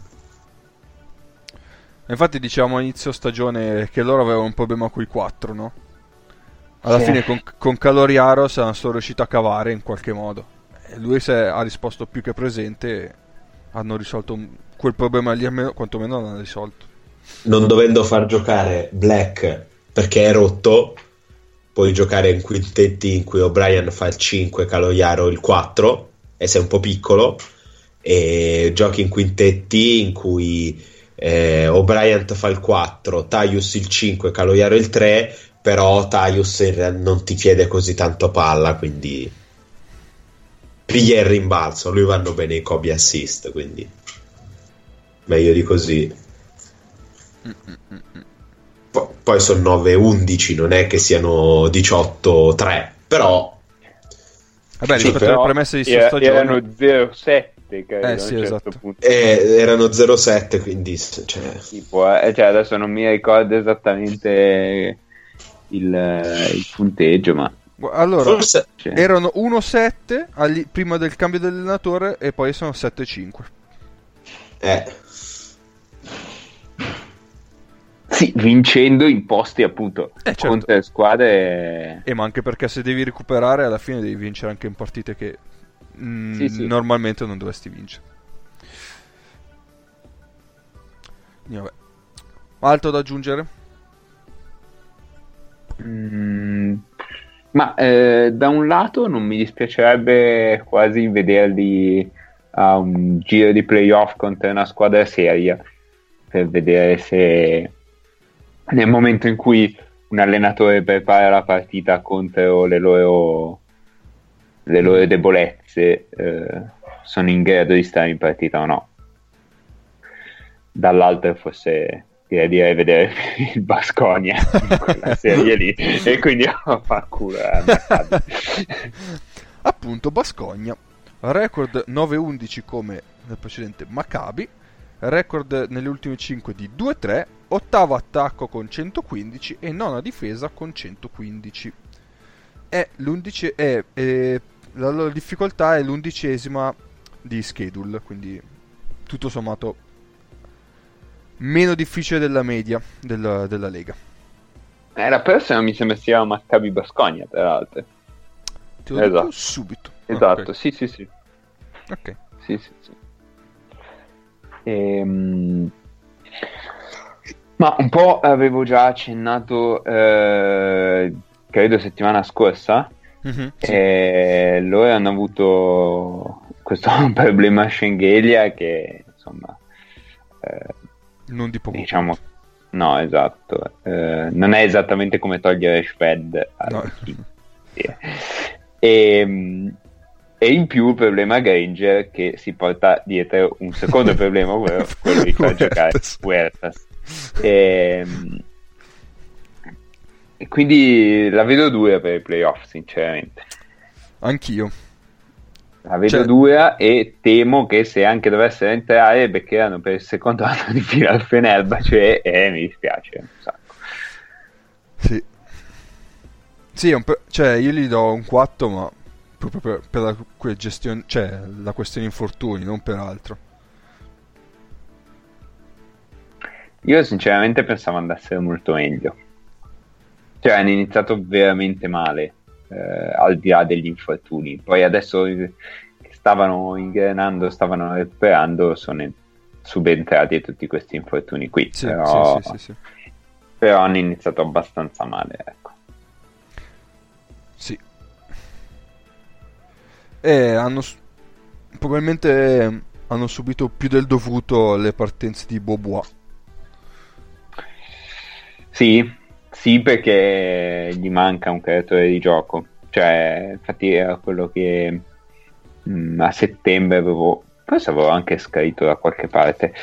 S1: Infatti diciamo a inizio stagione che loro avevano un problema con i 4, no? Alla fine con Caloriaro sono riusciti a cavare in qualche modo. E lui ha risposto più che presente e hanno risolto quel problema lì, quantomeno l'hanno risolto.
S3: Non dovendo far giocare Black perché è rotto, puoi giocare in quintetti in cui O'Brien fa il 5, Caloiaro il 4, e sei un po' piccolo, e giochi in quintetti in cui O'Brien fa il 4, Tyus il 5, Caloiaro il 3, però Tyus non ti chiede così tanto palla, quindi piglia il rimbalzo, a lui vanno bene i Kobe assist, quindi meglio di così. Poi sono 9-11, non è che siano 18-3, però
S1: vabbè, rispetto alle premesse di sta stagione
S2: erano 0-7, credo,
S1: sì,
S2: certo
S1: esatto.
S2: punto.
S3: Erano 0-7, quindi
S2: tipo, cioè, adesso non mi ricordo esattamente il punteggio, ma
S1: allora
S3: forse
S1: erano 1-7 prima del cambio dell'allenatore e poi sono 7-5.
S2: Sì, vincendo in posti appunto
S1: certo,
S2: contro le squadre.
S1: Ma anche perché se devi recuperare alla fine devi vincere anche in partite che
S2: sì.
S1: Normalmente non dovresti vincere. Vabbè. Altro da aggiungere?
S2: Ma da un lato non mi dispiacerebbe quasi vederli a un giro di playoff contro una squadra seria, per vedere se nel momento in cui un allenatore prepara la partita contro le loro debolezze, sono in grado di stare in partita o no. Dall'altro forse direi vedere il Baskonia in quella serie lì, e quindi fa culo
S1: appunto. Baskonia record 9-11 come nel precedente Maccabi, record nelle ultime 5 di 2-3, ottavo attacco con 115 e nona difesa con 115. La loro difficoltà è l'11ª di schedule, quindi tutto sommato meno difficile della media della Lega.
S2: La prossima mi sembra sia Maccabi Baskonia, tra l'altro.
S1: Te lo dico subito.
S2: Esatto,
S1: okay.
S2: Sì.
S1: Ok.
S2: Sì. Ma un po' avevo già accennato, credo settimana scorsa, e loro hanno avuto questo problema a Schengelia che, insomma,
S1: non di poco,
S2: diciamo, no, esatto, non è esattamente come togliere Shved
S1: no.
S2: E in più il problema Granger che si porta dietro un secondo problema, ovvero quello di far giocare Huertas. E quindi la vedo dura per i playoff, sinceramente.
S1: Anch'io.
S2: La vedo dura, e temo che se anche dovessero entrare beccheranno per il secondo anno di fila al Fenerbahce, e mi dispiace un sacco.
S1: Sì, cioè io gli do un 4, ma proprio per la gestione, cioè la questione infortuni, non per altro.
S2: Io sinceramente pensavo andassero molto meglio, cioè hanno iniziato veramente male, al di là degli infortuni. Poi adesso che stavano ingranando, stavano recuperando, sono subentrati tutti questi infortuni qui.
S1: Sì.
S2: Però hanno iniziato abbastanza male, ecco.
S1: Sì. E probabilmente hanno subito più del dovuto le partenze di Bobois.
S2: Sì, perché gli manca un creatore di gioco. Cioè, infatti era quello che a settembre forse avevo anche scritto da qualche parte,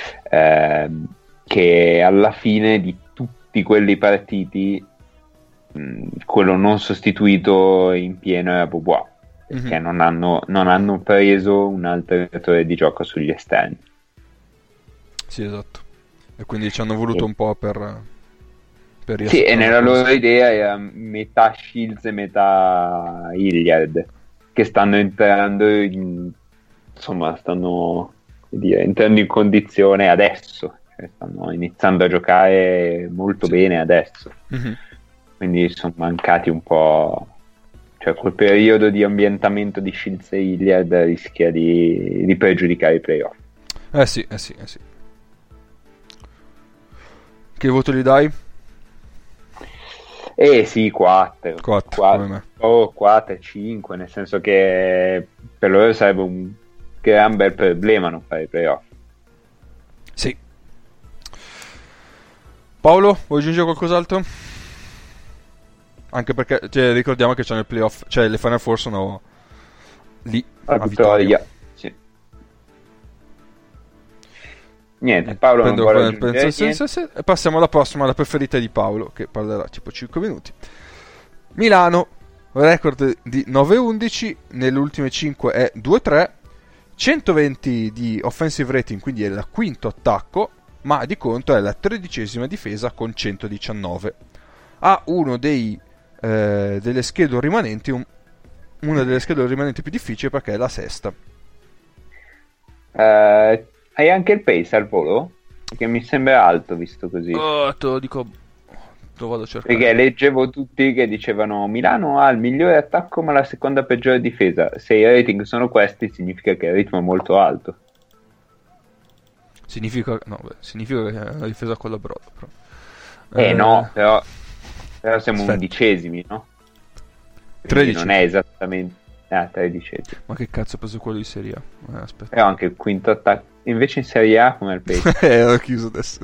S2: che alla fine di tutti quelli partiti quello non sostituito in pieno era Bobois, perché non hanno preso un altro creatore di gioco sugli esterni.
S1: Sì, esatto. E quindi ci hanno voluto un po' per
S2: sì, e nella loro idea era metà Shields e metà Hilliard, che stanno entrando stanno entrando in condizione adesso, cioè stanno iniziando a giocare molto bene adesso. Quindi sono mancati un po', cioè quel periodo di ambientamento di Shields e Hilliard rischia di pregiudicare i playoff.
S1: Sì. Che voto gli dai?
S2: Sì, 4
S1: come me.
S2: 4 e 5, nel senso che per loro sarebbe un gran bel problema non fare i playoff.
S1: Sì. Paolo, vuoi aggiungere qualcos'altro? Anche perché ricordiamo che c'hanno il playoff, cioè le Final Four sono lì a Vittoria.
S2: Sì. Niente, Paolo non vuole aggiungere niente.
S1: E passiamo alla prossima, la preferita di Paolo, che parlerà tipo 5 minuti. Milano, record di 9-11, nelle ultime 5 è 2-3, 120 di offensive rating, quindi è il quinto attacco, ma di contro è la 13ª difesa con 119. Ha uno delle schedule rimanenti, una delle schedule rimanenti più difficili, perché è la sesta.
S2: Hai anche il pace al volo? Che mi sembra alto visto così.
S1: Te lo dico, lo vado a cercare.
S2: Perché leggevo tutti che dicevano Milano ha il migliore attacco ma la seconda peggiore difesa. Se i rating sono questi significa che il ritmo è molto alto.
S1: Significa che è una difesa con la broda,
S2: però. No, però siamo 11esimi, no?
S1: 13.
S2: Non è esattamente 13.
S1: Ma che cazzo ha preso quello di Serie A? Aspetta.
S2: Però anche il quinto attacco. Invece in Serie A come il pace?
S1: L'ho chiuso adesso.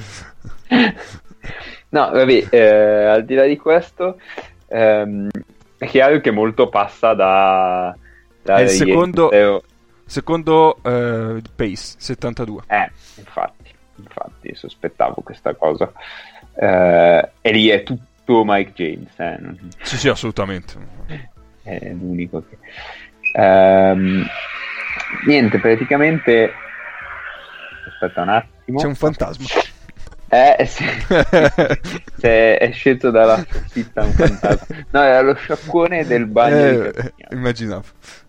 S2: No, vabbè, al di là di questo, è chiaro che molto passa da
S1: è il secondo pace, 72.
S2: Infatti, sospettavo questa cosa. E lì è tutto Mike James.
S1: Sì, assolutamente.
S2: È l'unico che... niente, praticamente... Aspetta un attimo.
S1: C'è un fantasma.
S2: Sì. È sceso dalla fitta un fantasma. No, era lo sciacquone del bagno.
S1: Immaginavo.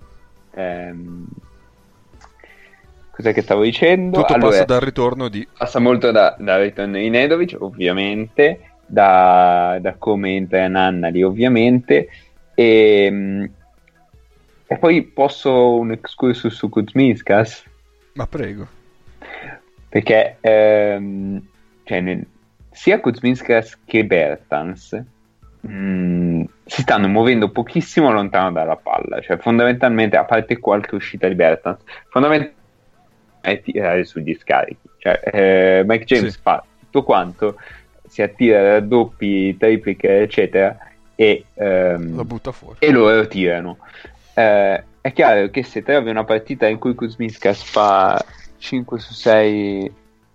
S2: Cos'è che stavo dicendo?
S1: Tutto passa dal ritorno di...
S2: Passa molto dal ritorno di Nedovic, ovviamente, da come entra Nannali, ovviamente, e poi posso un excursus su Kuzminskas?
S1: Ma prego.
S2: Perché sia Kuzminskas che Bertans si stanno muovendo pochissimo lontano dalla palla, cioè fondamentalmente, a parte qualche uscita di Bertans, fondamentalmente è tirare sugli scarichi, cioè Mike James fa tutto quanto, si attira raddoppi, tripliche eccetera e
S1: la butta fuori
S2: e loro tirano. È chiaro che se trovi una partita in cui Kuzminskas fa 5 su 6,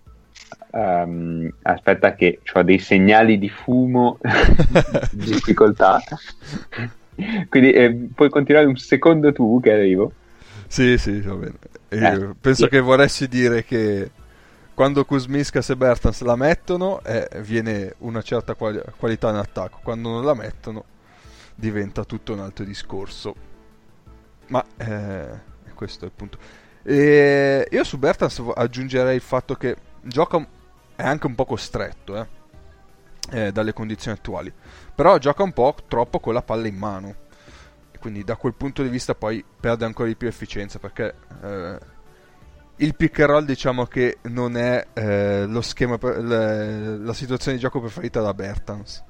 S2: aspetta che ho dei segnali di fumo di difficoltà, quindi puoi continuare un secondo tu che arrivo.
S1: Sì, va bene. Penso che vorresti dire che quando Kuzminskas e Bertans la mettono viene una certa qualità in attacco, quando non la mettono diventa tutto un altro discorso. Ma questo è il punto. E io su Bertans aggiungerei il fatto che gioca è anche un po' costretto dalle condizioni attuali, però gioca un po' troppo con la palla in mano, e quindi da quel punto di vista poi perde ancora di più efficienza, perché il pick and roll diciamo che non è lo schema la situazione di gioco preferita da Bertans.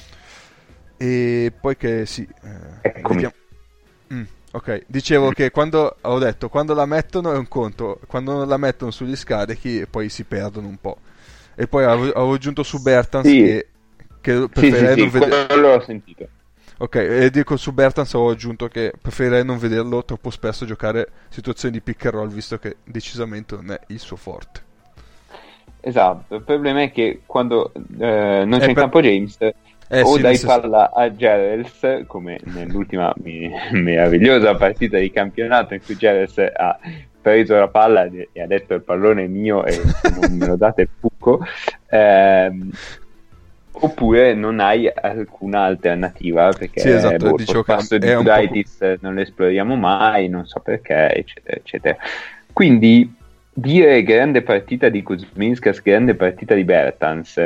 S1: E poi che sì, vediamo. Ok, dicevo che quando la mettono è un conto, quando non la mettono sugli scarichi poi si perdono un po'. E poi avevo aggiunto su Bertans che preferirei non vedere.
S2: Quello l'ho sentito.
S1: Ok, e dico su Bertans avevo aggiunto che preferirei non vederlo troppo spesso giocare situazioni di pick and roll, visto che decisamente non è il suo forte.
S2: Esatto, il problema è che quando non c'è in campo James, o dai palla a Gerels, come nell'ultima meravigliosa partita di campionato in cui Gerels ha preso la palla e ha detto il pallone è mio e non me lo date il pucco, oppure non hai alcuna alternativa, perché
S1: sì, esatto,
S2: il passo di Kudaitis non lo esploriamo mai, non so perché, eccetera eccetera. Quindi dire grande partita di Kuzminskas, grande partita di Bertans,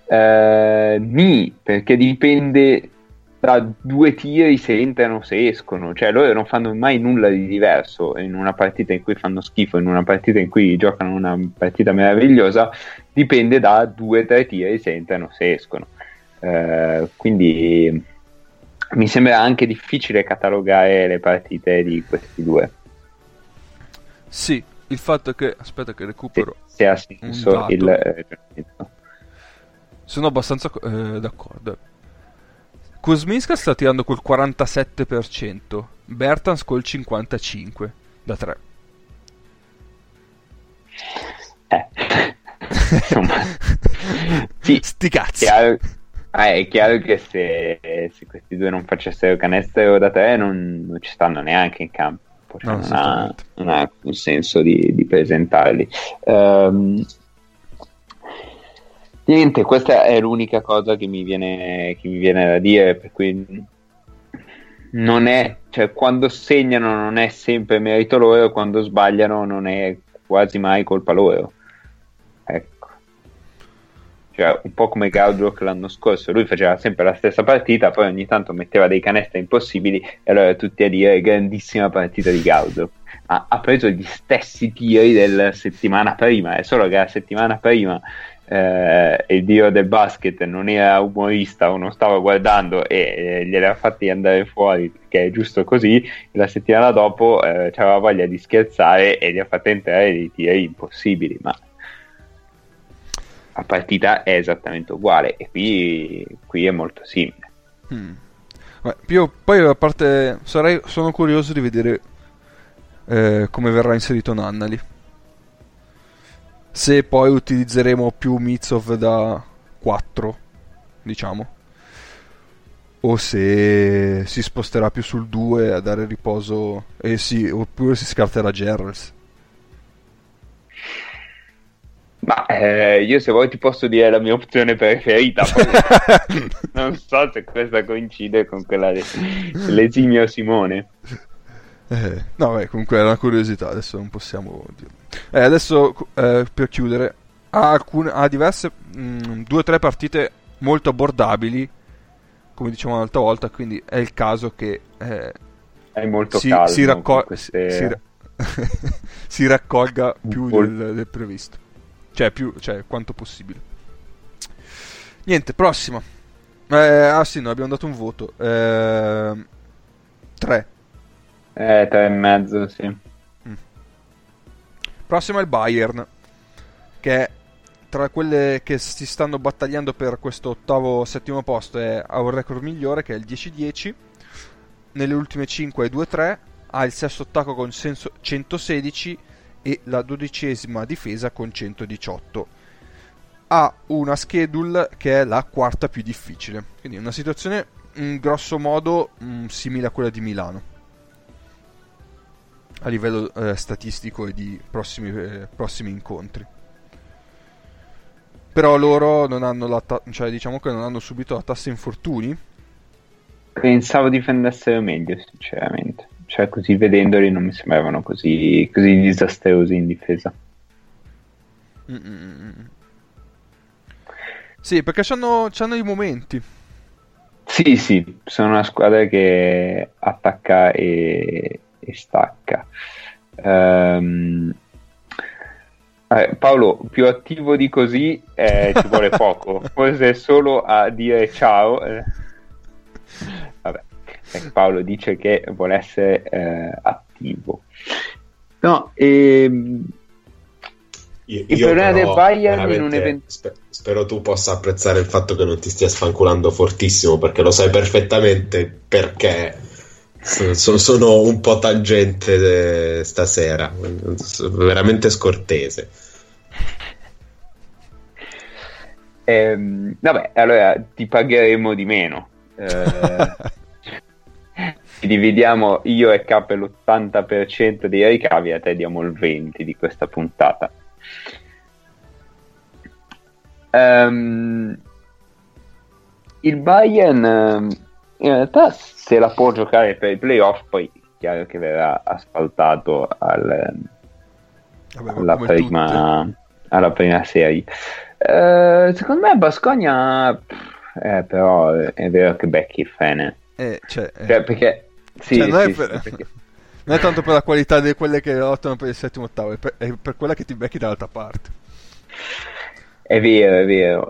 S2: perché dipende da due tiri, se entrano, se escono, cioè loro non fanno mai nulla di diverso in una partita in cui fanno schifo, in una partita in cui giocano una partita meravigliosa, dipende da 2-3 tiri, se entrano, se escono, quindi mi sembra anche difficile catalogare le partite di questi due.
S1: Sì, il fatto è che aspetta che recupero
S2: se ha senso il
S1: sono abbastanza d'accordo. Kuzminskas sta tirando col 47%, Bertans col 55% da 3.
S2: Insomma, sì,
S1: sti cazzi.
S2: È chiaro che se questi due non facessero canestro da 3 non ci stanno neanche in campo. Cioè non ha un senso di presentarli. Niente, questa è l'unica cosa che mi viene da dire, per cui non è, cioè quando segnano non è sempre merito loro, quando sbagliano non è quasi mai colpa loro, ecco, cioè un po' come Gaudrock l'anno scorso, lui faceva sempre la stessa partita, poi ogni tanto metteva dei canestri impossibili e allora tutti a dire grandissima partita di Gaudrock. Ha preso gli stessi tiri della settimana prima, è solo che la settimana prima il dio del basket non era umorista o non stava guardando e glieli ha fatti andare fuori perché è giusto così, e la settimana dopo aveva voglia di scherzare e gli ha fatto entrare dei tiri impossibili, ma la partita è esattamente uguale e qui è molto simile.
S1: Io poi a parte sono curioso di vedere come verrà inserito Nannali, se poi utilizzeremo più Mitsov da 4, diciamo, o se si sposterà più sul 2 a dare riposo, oppure si scarterà Gerrels.
S2: Ma io se vuoi ti posso dire la mia opzione preferita, poi non so se questa coincide con quella dell'esimio Simone.
S1: No, comunque è una curiosità, adesso non possiamo dire. Adesso per chiudere, ha diverse 2 o 3 partite molto abbordabili, come dicevamo l'altra volta, quindi è il caso che
S2: è molto calmo,
S1: si raccolga più del previsto, cioè quanto possibile. Niente, prossima. Sì, no, abbiamo dato un voto. 3.
S2: 3,5, sì.
S1: Prossimo è il Bayern, che è tra quelle che si stanno battagliando per questo ottavo, settimo posto, ha un record migliore che è il 10-10. Nelle ultime 5 è 2-3, ha il sesto attacco con 116 e la 12ª difesa con 118. Ha una schedule che è la quarta più difficile, quindi una situazione in grosso modo simile a quella di Milano a livello statistico e di prossimi incontri. Però loro non hanno cioè diciamo che non hanno subito la tassa infortuni.
S2: Pensavo difendessero meglio, sinceramente. Cioè, così vedendoli non mi sembravano così disastrosi in difesa.
S1: Sì, perché c'hanno i momenti.
S2: Sì, sono una squadra che attacca e stacca. Paolo, più attivo di così ci vuole poco. Forse solo a dire ciao. Vabbè, Paolo dice che vuole essere attivo. No, il problema del Bayern in un evento.
S3: Spero tu possa apprezzare il fatto che non ti stia sfanculando fortissimo, perché lo sai perfettamente perché sono un po' tangente stasera, veramente scortese.
S2: Vabbè, allora ti pagheremo di meno. Dividiamo io e K l'80% dei ricavi, a te diamo il 20% di questa puntata. Il Bayern in realtà se la può giocare per i playoff, poi è chiaro che verrà asfaltato alla prima serie. Secondo me Baskonia però è vero che becchi il Fene, perché sì,
S1: cioè, non,
S2: perché...
S1: non è tanto per la qualità di quelle che lottano per il settimo ottavo, è per quella che ti becchi dall'altra parte.
S2: È vero.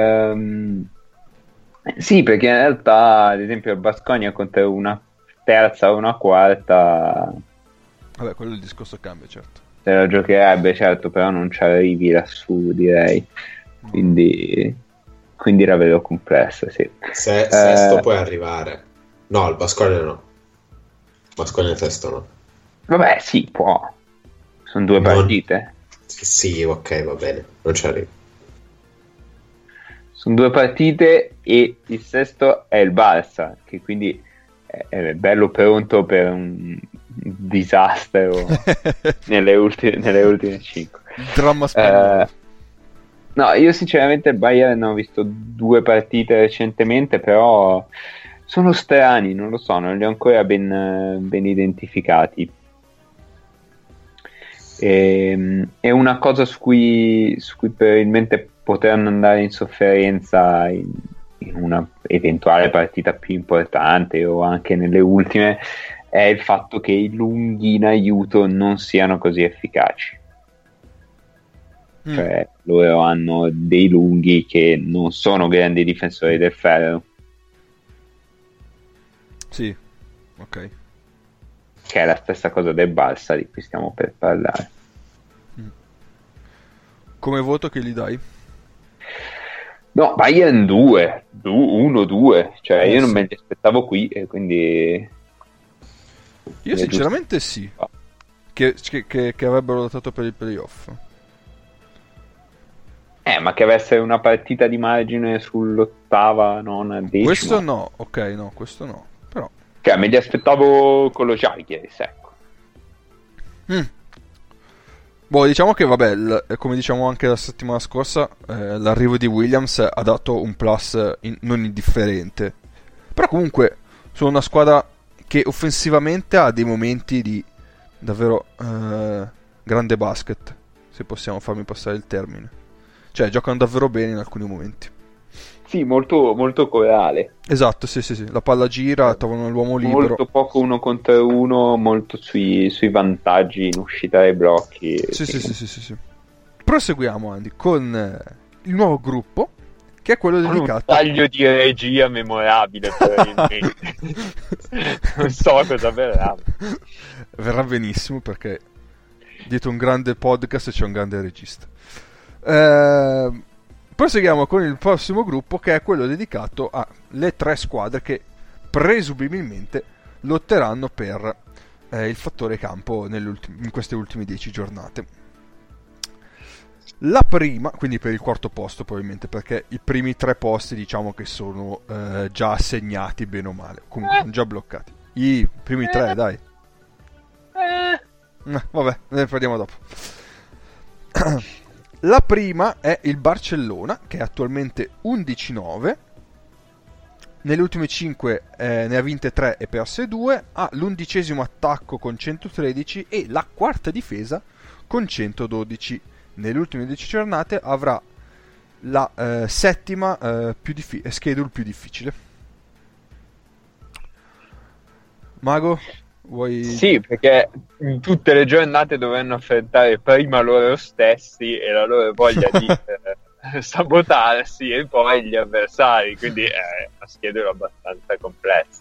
S2: Sì, perché in realtà ad esempio il Baskonia contro una terza o una quarta,
S1: vabbè, quello il discorso cambia, certo.
S2: Se la giocherebbe, certo, però non ci arrivi lassù, direi. Quindi la vedo complessa, sì.
S3: Sesto puoi arrivare. No, il Baskonia no. Baskonia sesto no.
S2: Vabbè, sì, può. Sono due partite.
S3: Sì, ok, va bene. Non ci arrivi.
S2: Sono due partite e il sesto è il Barça, che quindi è bello pronto per un disastro nelle ultime 5.
S1: Dramma spagnolo.
S2: No, io sinceramente il Bayern ho visto 2 partite recentemente, però sono strani, non lo so, non li ho ancora ben identificati. È una cosa su cui probabilmente potranno andare in sofferenza in una eventuale partita più importante o anche nelle ultime, è il fatto che i lunghi in aiuto non siano così efficaci. Cioè loro hanno dei lunghi che non sono grandi difensori del ferro.
S1: Sì, ok.
S2: Che è la stessa cosa del Barça di cui stiamo per parlare.
S1: Come voto che gli dai?
S2: No, Bayern 2, 1-2, cioè io non
S1: sì.
S2: me li aspettavo qui e quindi...
S1: Io sinceramente sì, che avrebbero lottato per il playoff.
S2: Ma che avesse una partita di margine sull'ottava, nona, decima.
S1: Questo no, ok, no, questo no, però...
S2: Cioè, me li aspettavo con lo Žalgiris, ecco.
S1: Boh, diciamo che vabbè, come diciamo anche la settimana scorsa, l'arrivo di Williams ha dato un plus non indifferente. Però comunque sono una squadra che offensivamente ha dei momenti di davvero grande basket, se possiamo farmi passare il termine. Cioè, giocano davvero bene in alcuni momenti.
S2: Sì, molto, molto corale.
S1: Esatto, sì. La palla gira, trovano l'uomo libero.
S2: Molto poco 1 contro 1, molto sui vantaggi in uscita dai blocchi.
S1: Sì. Proseguiamo, Andy, con il nuovo gruppo che è quello
S2: con
S1: dedicato...
S2: un taglio di regia memorabile, probabilmente. Non so cosa verrà.
S1: Verrà benissimo, perché dietro un grande podcast c'è un grande regista. Proseguiamo con il prossimo gruppo, che è quello dedicato alle 3 squadre che presumibilmente lotteranno per il fattore campo in queste ultime 10 giornate. La prima, quindi per il quarto posto probabilmente, perché i primi 3 posti diciamo che sono già assegnati bene o male, comunque sono già bloccati. I primi 3, dai. Vabbè, ne parliamo dopo. La prima è il Barcellona, che è attualmente 11-9. Nelle ultime 5 ne ha vinte 3 e perse 2. Ha l'11° attacco con 113 e la quarta difesa con 112. Nelle ultime 10 giornate avrà la settima schedule più difficile. Mago, vuoi...
S2: Sì, perché in tutte le giornate dovranno affrontare prima loro stessi e la loro voglia di sabotarsi, e poi gli avversari, quindi è una schedula abbastanza complessa.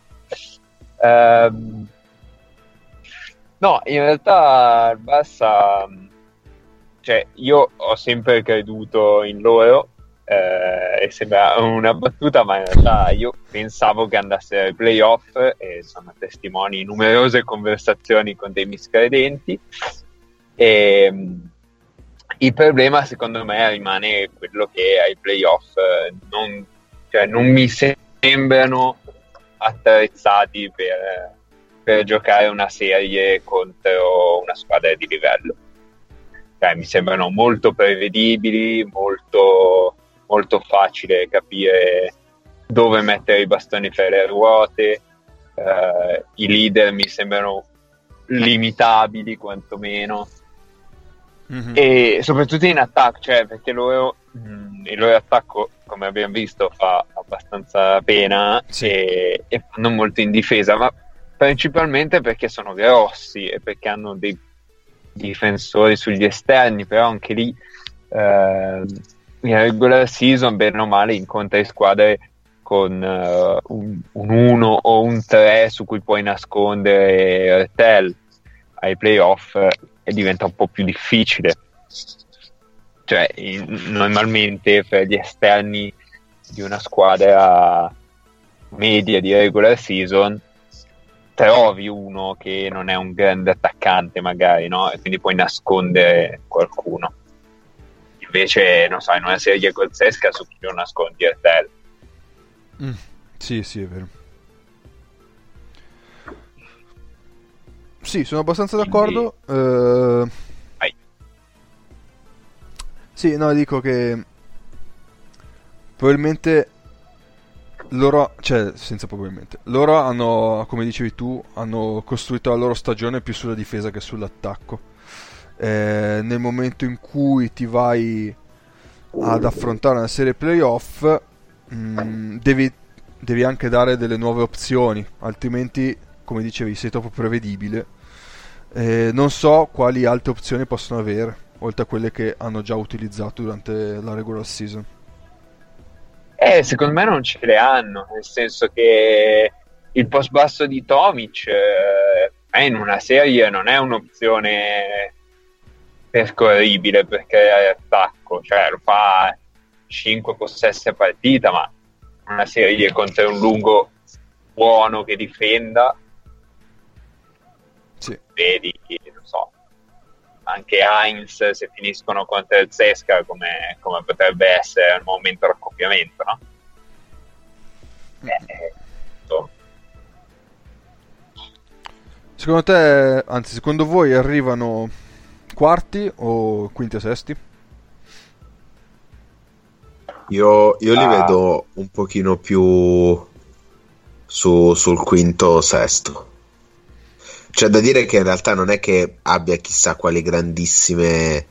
S2: No, in realtà il Barça, cioè, io ho sempre creduto in loro, e sembra una battuta, ma in realtà io pensavo che andassero ai playoff, e sono testimoni numerose conversazioni con dei miscredenti, e il problema secondo me rimane quello che ai playoff non mi sembrano attrezzati per giocare una serie contro una squadra di livello. Cioè, mi sembrano molto prevedibili, molto, molto facile capire dove mettere i bastoni fra le ruote. I leader mi sembrano limitabili quantomeno. Mm-hmm. E soprattutto in attacco, cioè, perché il loro attacco, come abbiamo visto, fa abbastanza pena, sì. e fanno molto in difesa, ma principalmente perché sono grossi e perché hanno dei difensori sugli esterni. Però anche lì in regular season bene o male incontri squadre con un 1 o un 3 su cui puoi nascondere Ertel. Ai playoff e diventa un po' più difficile, cioè normalmente per gli esterni di una squadra media di regular season trovi uno che non è un grande attaccante magari, no? E quindi puoi nascondere qualcuno. Invece, non so, in una serie grozzesca su chi non nascondi Ertel.
S1: Sì, è vero. Sì, sono abbastanza d'accordo. Sì, no, dico che probabilmente loro, cioè senza probabilmente, loro hanno, come dicevi tu, hanno costruito la loro stagione più sulla difesa che sull'attacco. Nel momento in cui ti vai ad affrontare una serie playoff, devi anche dare delle nuove opzioni, altrimenti, come dicevi, sei troppo prevedibile. Non so quali altre opzioni possono avere, oltre a quelle che hanno già utilizzato durante la regular season.
S2: Secondo me non ce le hanno, nel senso che il post basso di Tomic in una serie non è un'opzione percorribile, perché è attacco, cioè lo fa 5 possessi a partita, ma una serie contro un lungo buono che difenda,
S1: sì.
S2: Vedi, non so, anche Heinz, se finiscono contro il Zesca, come potrebbe essere al momento dell'accoppiamento, no?
S1: Secondo te, anzi secondo voi arrivano quarti o quinti o sesti?
S3: Io li vedo un pochino più sul quinto o sesto. C'è da dire che in realtà non è che abbia chissà quali grandissime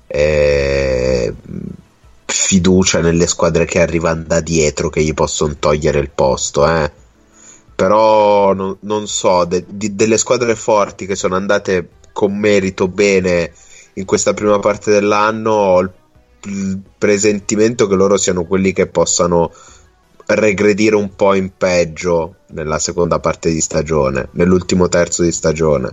S3: fiducia nelle squadre che arrivano da dietro che gli possono togliere il posto, però non so, delle squadre forti che sono andate con merito bene in questa prima parte dell'anno, ho il presentimento che loro siano quelli che possano regredire un po' in peggio nella seconda parte di stagione, nell'ultimo terzo di stagione.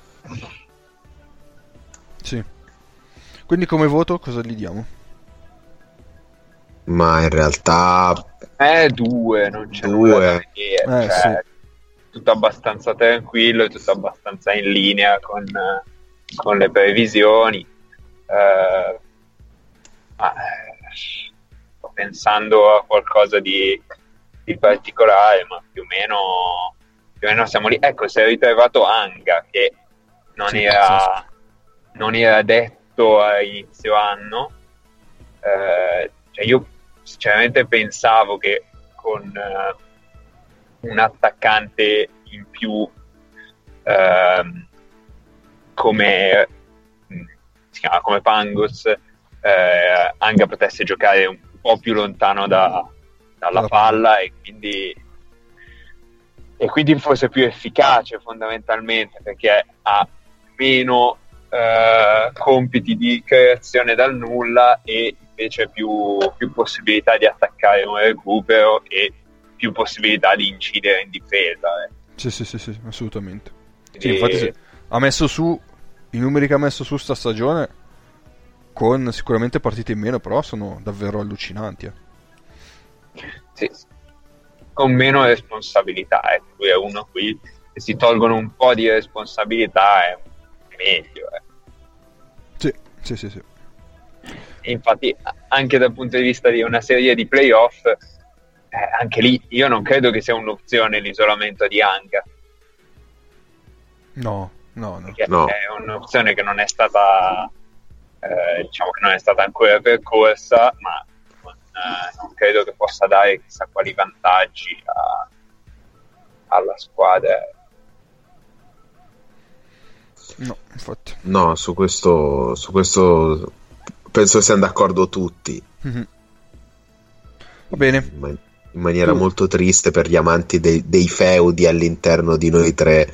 S1: Sì. Quindi come voto cosa gli diamo?
S3: Ma in realtà
S2: 2, non c'è
S3: 2.
S2: nulla da vedere, cioè,
S1: sì.
S2: tutto abbastanza tranquillo, tutto abbastanza in linea con le previsioni. Sto pensando a qualcosa di particolare, ma più o meno siamo lì. Ecco, si è ritrovato Anga, che non era detto a inizio anno. Cioè io sinceramente pensavo che con un attaccante in più come si chiama, come Pangos, Anga potesse giocare un po' più lontano dalla palla e quindi fosse più efficace fondamentalmente, perché ha meno compiti di creazione dal nulla e invece più possibilità di attaccare un recupero e più possibilità di incidere in difesa.
S1: Sì, assolutamente.
S2: Quindi...
S1: Sì, infatti ha messo su i numeri che ha messo su sta stagione, con sicuramente partite in meno, però sono davvero allucinanti.
S2: Sì, con meno responsabilità. Lui è uno qui, se si tolgono un po' di responsabilità è meglio.
S1: Sì.
S2: E infatti anche dal punto di vista di una serie di playoff, anche lì io non credo che sia un'opzione l'isolamento di Anga.
S1: No.
S2: Perché è un'opzione che non è stata diciamo che non è stata ancora percorsa, ma non credo che possa dare chissà quali vantaggi alla squadra.
S1: No, infatti.
S3: No, su questo penso siamo d'accordo tutti.
S1: Mm-hmm. Va bene.
S3: In maniera molto triste per gli amanti dei feudi all'interno di noi tre.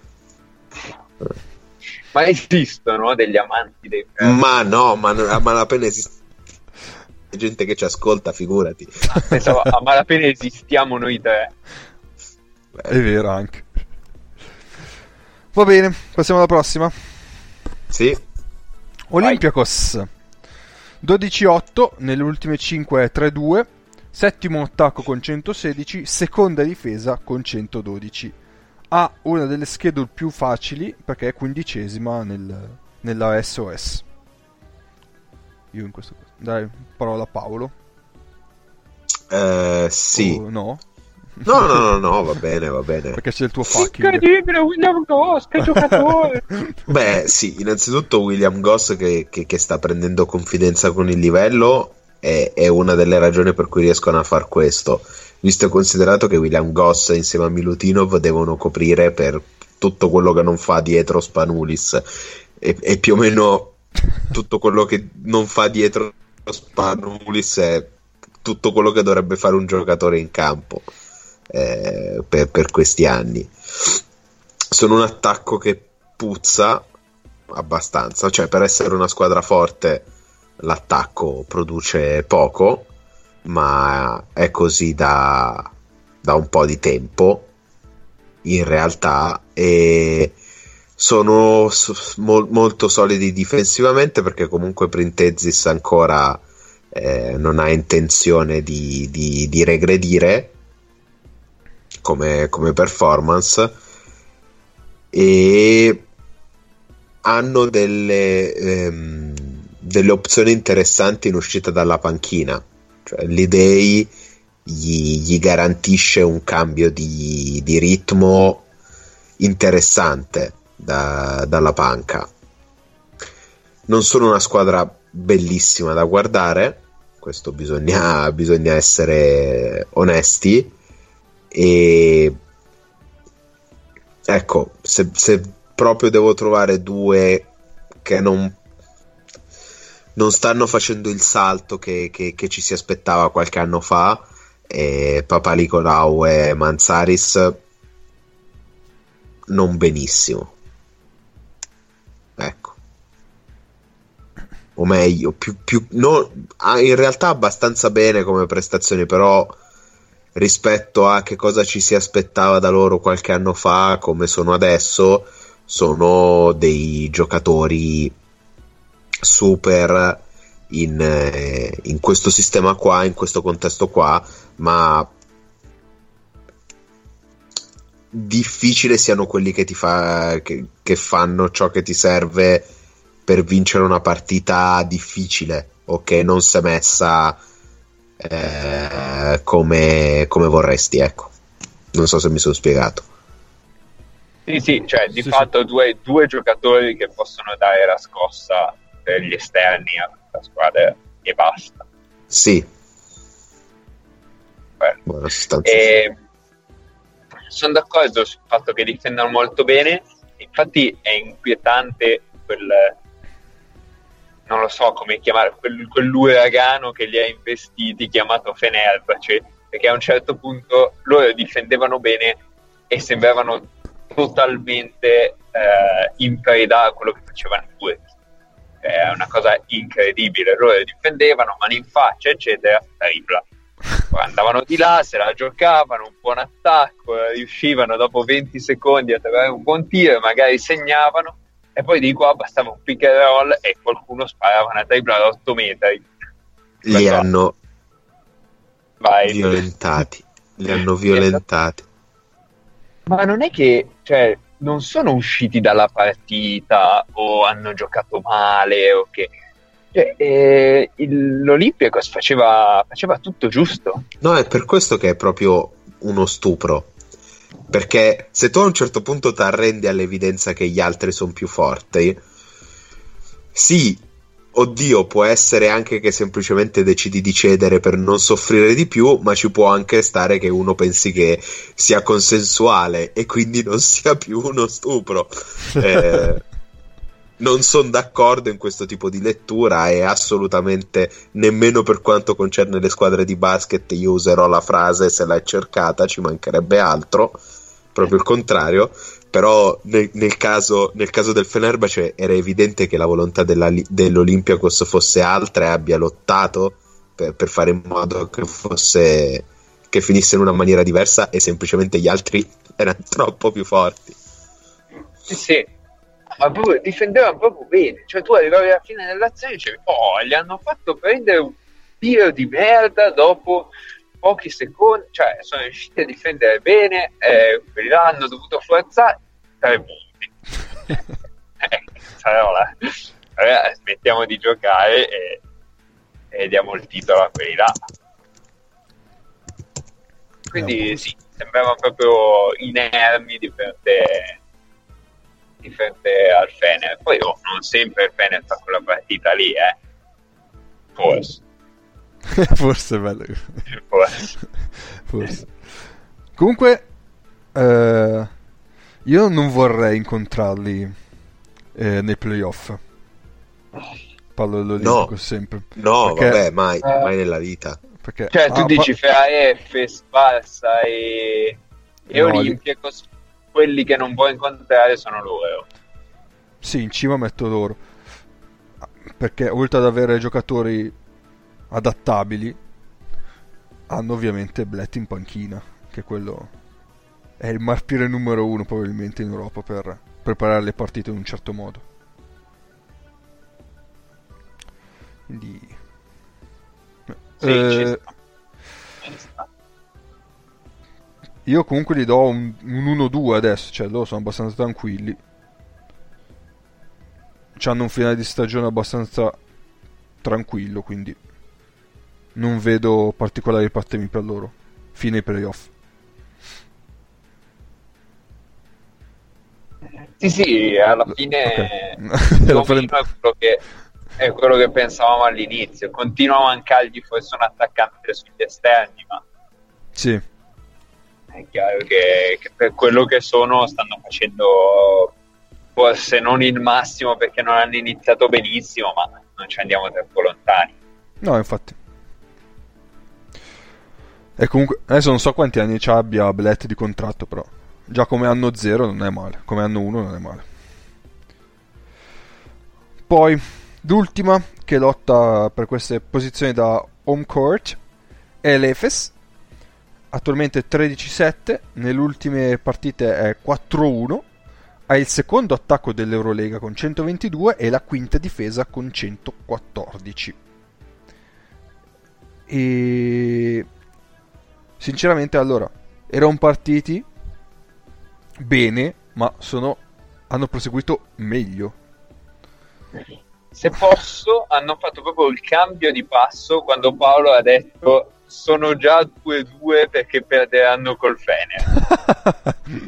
S2: Ma esistono degli amanti dei feudi?
S3: Ma no, ma a malapena esiste gente che ci ascolta, figurati.
S2: Pensavo, a malapena esistiamo noi tre.
S1: È vero anche. Va bene, passiamo alla prossima.
S3: Sì.
S1: Olympiacos 12-8, nelle ultime 5 è 3-2, settimo attacco con 116, seconda difesa con 112. Ha una delle schedule più facili perché è quindicesima nella SOS. Io in questo caso. Dai, parola a Paolo.
S3: Sì.
S1: No?
S3: No, va bene.
S1: Perché c'è il tuo fucking.
S2: Incredibile, William Goss, che giocatore!
S3: Beh, sì, innanzitutto William Goss che sta prendendo confidenza con il livello è una delle ragioni per cui riescono a far questo, visto e considerato che William Goss insieme a Milutinov devono coprire per tutto quello che non fa dietro Spanulis e più o meno tutto quello che non fa dietro Spanulis è tutto quello che dovrebbe fare un giocatore in campo. Per questi anni sono un attacco che puzza abbastanza, cioè per essere una squadra forte l'attacco produce poco, ma è così da un po' di tempo in realtà, e sono molto solidi difensivamente perché comunque Printezis ancora non ha intenzione di regredire come performance, e hanno delle opzioni interessanti in uscita dalla panchina, cioè l'Idei gli garantisce un cambio di ritmo interessante dalla panca. Non sono una squadra bellissima da guardare, questo bisogna essere onesti. E ecco, se proprio devo trovare due che non stanno facendo il salto che ci si aspettava qualche anno fa, Papanicolaou e Manzaris, non benissimo, ecco. o meglio, in realtà abbastanza bene come prestazioni, però rispetto a che cosa ci si aspettava da loro qualche anno fa, come sono adesso, sono dei giocatori super in questo sistema qua, in questo contesto qua, ma difficile siano quelli che che fanno ciò che ti serve per vincere una partita difficile o che non si è messa come vorresti, ecco. Non so se mi sono spiegato.
S2: Sì, cioè di fatto sì. Due giocatori che possono dare la scossa per gli esterni alla squadra e basta.
S3: Sì.
S2: Buona sostanza. Sono d'accordo sul fatto che difendano molto bene, infatti è inquietante non lo so come chiamare, quell'uragano che li ha investiti chiamato Fenerbahce, perché a un certo punto loro difendevano bene e sembravano totalmente in preda a quello che facevano i turchi. È una cosa incredibile, loro difendevano, mano in faccia eccetera, tripla. Poi andavano di là, se la giocavano, un buon attacco, riuscivano dopo 20 secondi a trovare un buon tiro, magari segnavano, e poi di qua bastava un pick and roll e qualcuno sparava una tripla da 8 metri.
S3: Li hanno violentati.
S2: Ma non è che, cioè, non sono usciti dalla partita o hanno giocato male o che... l'Olympiacos faceva tutto giusto.
S3: No, è per questo che è proprio uno stupro, perché se tu a un certo punto ti arrendi all'evidenza che gli altri sono più forti, sì, oddio, può essere anche che semplicemente decidi di cedere per non soffrire di più, ma ci può anche stare che uno pensi che sia consensuale e quindi non sia più uno stupro. Non sono d'accordo in questo tipo di lettura e assolutamente nemmeno per quanto concerne le squadre di basket io userò la frase se l'hai cercata, ci mancherebbe altro, proprio il contrario. Però nel caso del Fenerbahce era evidente che la volontà dell'Olympiacos fosse altra e abbia lottato per fare in modo che finisse in una maniera diversa, e semplicemente gli altri erano troppo più forti.
S2: Sì. Ma proprio difendevano proprio bene, cioè tu arrivavi alla fine dell'azione e dicevi gli hanno fatto prendere un tiro di merda dopo pochi secondi, cioè sono riusciti a difendere bene, quelli là hanno dovuto forzare 3 punti. Smettiamo di giocare e diamo il titolo a quelli là. Quindi sì, sembravano proprio inermi di fronte al Fener. Poi non sempre il Fener fa quella partita lì, forse.
S1: Forse è bello. Forse. Comunque io non vorrei incontrarli nei playoff. Parlo dell'Olimpico sempre.
S3: No, perché, vabbè, mai nella vita.
S2: Perché, cioè tu dici fra Efes, Barça e Olympiacos, quelli che non puoi incontrare sono loro.
S1: Sì, in cima metto loro, perché oltre ad avere giocatori adattabili hanno ovviamente Blatt in panchina, che quello è il martire numero 1 probabilmente in Europa per preparare le partite in un certo modo. Quindi
S2: sì,
S1: io comunque gli do un 1-2 adesso, cioè loro sono abbastanza tranquilli, c'hanno un finale di stagione abbastanza tranquillo, quindi non vedo particolari problemi per loro fine ai playoff.
S2: Sì, alla fine
S1: okay.
S2: è quello che pensavamo all'inizio. Continua a mancargli forse un attaccante sugli esterni, ma
S1: sì,
S2: è chiaro che per quello che stanno facendo forse non il massimo, perché non hanno iniziato benissimo, ma non ci andiamo troppo lontani.
S1: No, infatti. E comunque adesso non so quanti anni abbia Blatt di contratto, però già come anno 0 non è male, come anno 1 non è male. Poi L'ultima che lotta per queste posizioni da home court è l'Efes, attualmente 13-7, nelle ultime partite è 4-1, ha il secondo attacco dell'Eurolega con 122 e la quinta difesa con 114. E sinceramente, allora, erano partiti bene, ma hanno proseguito meglio.
S2: Se posso, hanno fatto proprio il cambio di passo quando Paolo ha detto sono già 2-2 perché perderanno col Fener.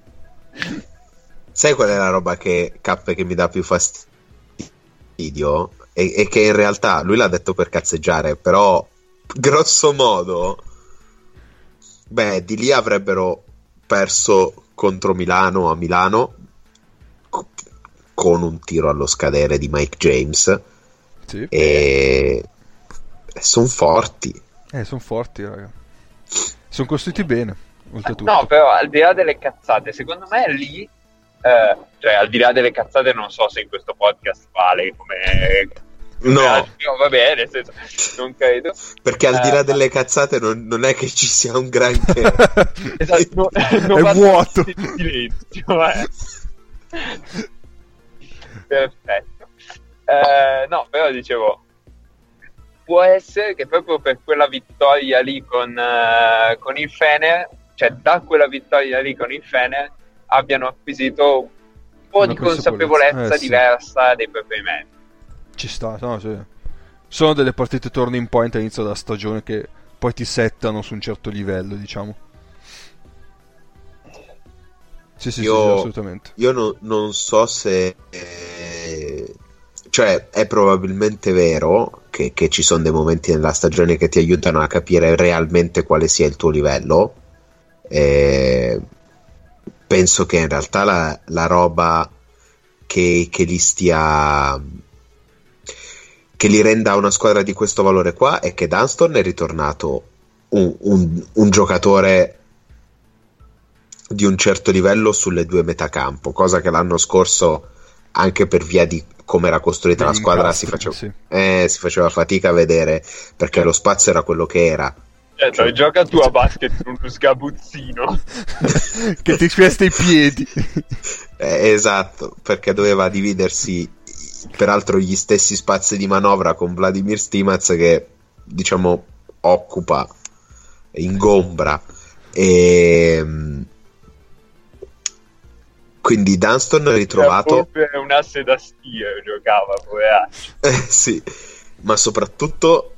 S3: Sai qual è la roba che mi dà più fastidio? E che in realtà lui l'ha detto per cazzeggiare, però grosso modo di lì avrebbero perso contro Milano a Milano con un tiro allo scadere di Mike James.
S1: Sì.
S3: E sono forti.
S1: Sono forti, raga. Sono costruiti bene, oltretutto.
S2: No, però al di là delle cazzate, secondo me lì, cioè al di là delle cazzate non so se in questo podcast vale come...
S3: No,
S2: va bene, nel senso, non credo.
S3: Perché al di là delle cazzate non è che ci sia un granché.
S2: Esatto,
S1: è vuoto.
S2: Silenzio, Perfetto. No, però dicevo, può essere che proprio per quella vittoria lì con il Fener, cioè da quella vittoria lì con il Fener, abbiano acquisito un po' di consapevolezza diversa dei propri mezzi.
S1: Ci sta, no, sì. Sono delle partite turning point all'inizio della stagione che poi ti settano su un certo livello, diciamo. Sì, assolutamente.
S3: Io non so se... cioè, è probabilmente vero che ci sono dei momenti nella stagione che ti aiutano a capire realmente quale sia il tuo livello. Penso che in realtà la roba che li stia... che li renda una squadra di questo valore qua è che Dunston è ritornato un giocatore di un certo livello sulle due metacampo, cosa che l'anno scorso, anche per via di come era costruita la squadra, si faceva fatica a vedere, perché lo spazio era quello che era.
S2: Certo, gioca tu a basket con uno sgabuzzino
S1: che ti spesta i piedi.
S3: Esatto, perché doveva dividersi peraltro gli stessi spazi di manovra con Vladimir Stimac, che diciamo occupa, ingombra, e quindi Dunston è ritrovato
S2: un asse da stio, giocava poveraccio.
S3: sì, ma soprattutto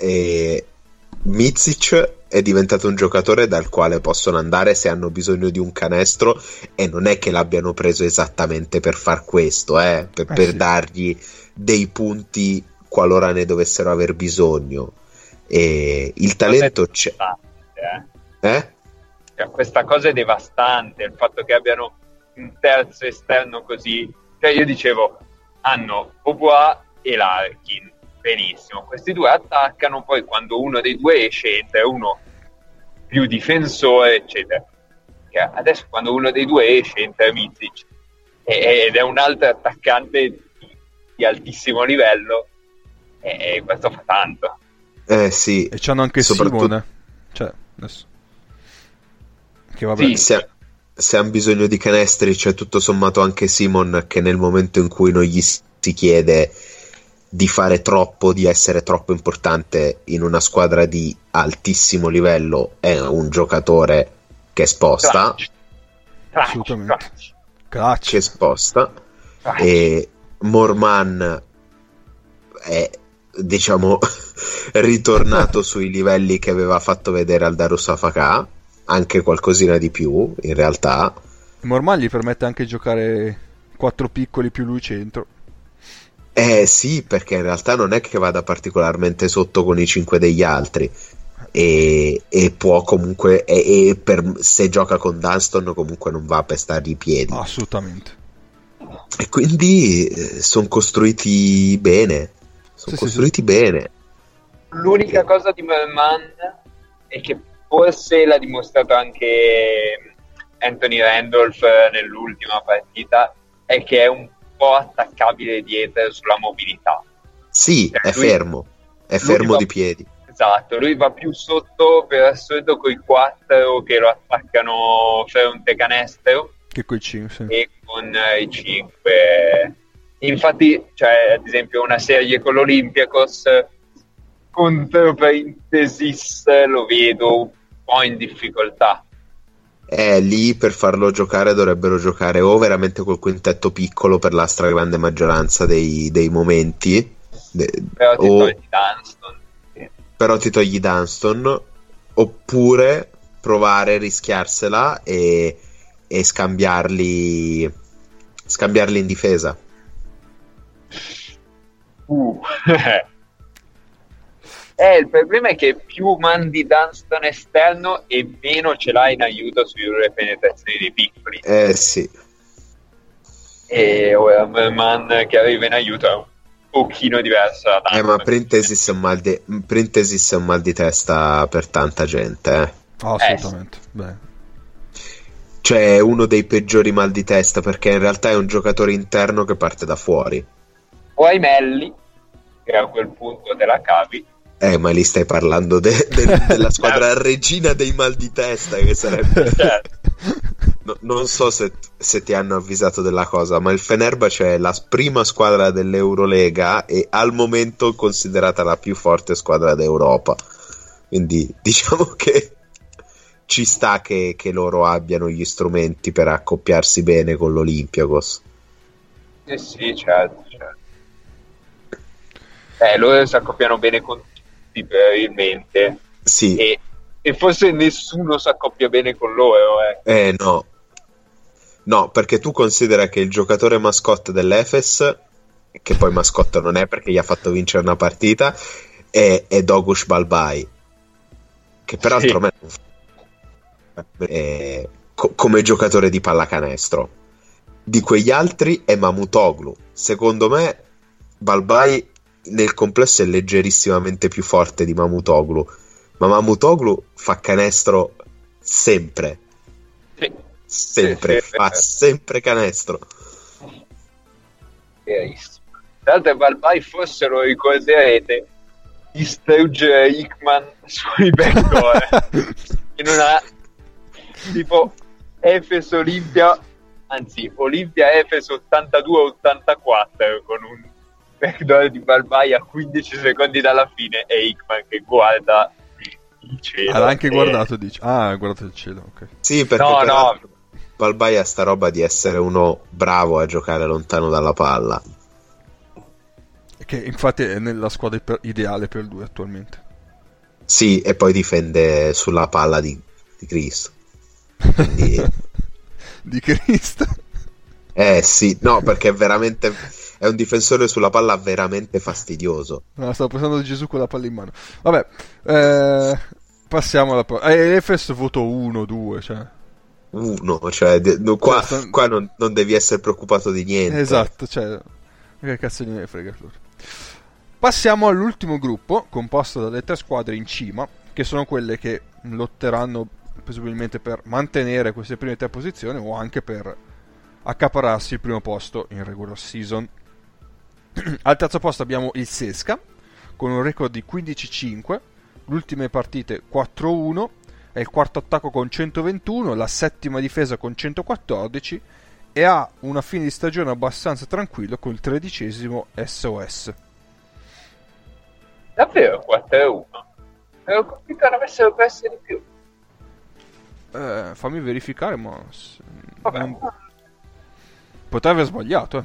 S3: Micic è diventato un giocatore dal quale possono andare se hanno bisogno di un canestro, e non è che l'abbiano preso esattamente per far questo, per dargli dei punti qualora ne dovessero aver bisogno. E il talento c'è.
S2: Questa cosa è devastante, il fatto che abbiano un terzo esterno così. Cioè io dicevo, hanno Bobois e Larkin, benissimo, questi due attaccano, poi quando uno dei due esce entra uno più difensore, eccetera. Che adesso quando uno dei due esce entra Micic ed è un altro attaccante di altissimo livello, e questo fa tanto.
S3: Sì,
S1: e c'hanno anche Simone, cioè adesso che vabbè.
S3: Sì. Se hanno bisogno di canestri c'è tutto sommato anche Simon, che nel momento in cui non gli si chiede di fare troppo, di essere troppo importante in una squadra di altissimo livello, è un giocatore che sposta,
S1: assolutamente
S3: che sposta. E Morman è, diciamo, ritornato sui livelli che aveva fatto vedere al Darusafaka, anche qualcosina di più in realtà.
S1: Morman gli permette anche di giocare 4 piccoli più lui centro.
S3: Sì, perché in realtà non è che vada particolarmente sotto con i 5 degli altri, e può comunque, se gioca con Dunston comunque non va a pestargli i piedi,
S1: assolutamente.
S3: E quindi sono costruiti bene, bene.
S2: L'unica cosa di Morman è che forse l'ha dimostrato anche Anthony Randolph nell'ultima partita, è che è un po' attaccabile dietro sulla mobilità.
S3: Sì,
S2: Cioè,
S3: è fermo di piedi.
S2: Esatto, lui va più sotto per assurdo coi 4 che lo attaccano fronte canestro
S1: Che coi 5, sì.
S2: e con i 5. Infatti, cioè, ad esempio, una serie con l'Olympiakos contro Parenthesis lo vedo un po' in difficoltà.
S3: Lì per farlo giocare dovrebbero giocare o veramente col quintetto piccolo per la stragrande maggioranza dei momenti,
S2: Però ti togli Dunston. Sì.
S3: Però ti togli Dunston, oppure provare a rischiarsela e scambiarli in difesa.
S2: Il problema è che più mandi Dunston esterno e meno ce l'hai in aiuto sulle penetrazioni dei piccoli.
S3: Sì.
S2: E man che arriva in aiuto è un pochino diverso da Dunston.
S3: Ma Printezis è un mal di testa per tanta gente.
S1: Assolutamente. Beh.
S3: Cioè è uno dei peggiori mal di testa, perché in realtà è un giocatore interno che parte da fuori.
S2: O hai Melli, che a quel punto te la cavi.
S3: Ma lì stai parlando della squadra regina dei mal di testa, che sarebbe...
S2: Certo.
S3: Non so se ti hanno avvisato della cosa, ma il Fenerbahce è la prima squadra dell'Eurolega e al momento considerata la più forte squadra d'Europa. Quindi diciamo che ci sta che loro abbiano gli strumenti per accoppiarsi bene con l'Olympiakos.
S2: Sì, certo. Loro si accoppiano bene con tutti, probabilmente.
S3: Sì.
S2: E forse nessuno si accoppia bene con loro.
S3: No, perché tu considera che il giocatore mascotte dell'Efes, che poi mascotte non è perché gli ha fatto vincere una partita, è Dogush Balbai, che peraltro a me come giocatore di pallacanestro. Di quegli altri è Mamutoglu. Secondo me Balbai nel complesso è leggerissimamente più forte di Mamutoglu, ma Mamutoglu fa canestro sempre. Sempre, fa sempre canestro.
S2: Tra l'altro Balbai forse lo ricorderete, distruggere Hickman sui backdoor in una tipo Efes Olimpia, anzi Olimpia Efes 82-84 con un backdoor di Balbai a 15 secondi dalla fine e Hickman che guarda il cielo.
S1: Ha anche guardato, dice. Ha guardato il cielo, ok.
S3: Sì, perché Balbai ha sta roba di essere uno bravo a giocare lontano dalla palla.
S1: Che infatti è nella squadra ideale per lui attualmente.
S3: Sì, e poi difende sulla palla di Cristo. Quindi...
S1: di Cristo?
S3: Sì, no, perché è veramente... è un difensore sulla palla veramente fastidioso.
S1: No, stavo pensando di Gesù con la palla in mano. Vabbè, passiamo alla Efes voto 1-2, cioè...
S3: 1, cioè qua non devi essere preoccupato di niente.
S1: Esatto, cioè... che cazzo gliene frega loro. Passiamo all'ultimo gruppo, composto dalle 3 squadre in cima, che sono quelle che lotteranno presumibilmente per mantenere queste prime 3 posizioni o anche per accaparrarsi il primo posto in regular season. Al terzo posto abbiamo il Sesca con un record di 15-5, le ultime partite 4-1, è il quarto attacco con 121, la settima difesa con 114 e ha una fine di stagione abbastanza tranquillo col 13° SOS.
S2: Davvero 4-1? Ero convinto che avessero perso di più.
S1: Fammi verificare, ma
S2: Vabbè.
S1: potrei aver sbagliato.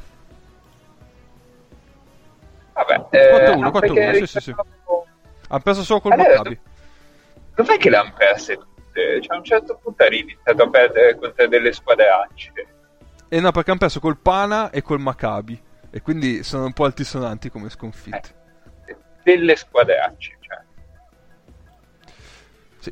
S2: Vabbè,
S1: 4-1, sì. Ha perso solo col Maccabi.
S2: Dov'è che le hanno perse tutte? Cioè, a un certo punto è iniziato a perdere contro delle squadracce.
S1: No, perché hanno perso col Pana e col Maccabi. E quindi sono un po' altisonanti come sconfitte.
S2: Delle squadracce, cioè.
S1: Sì.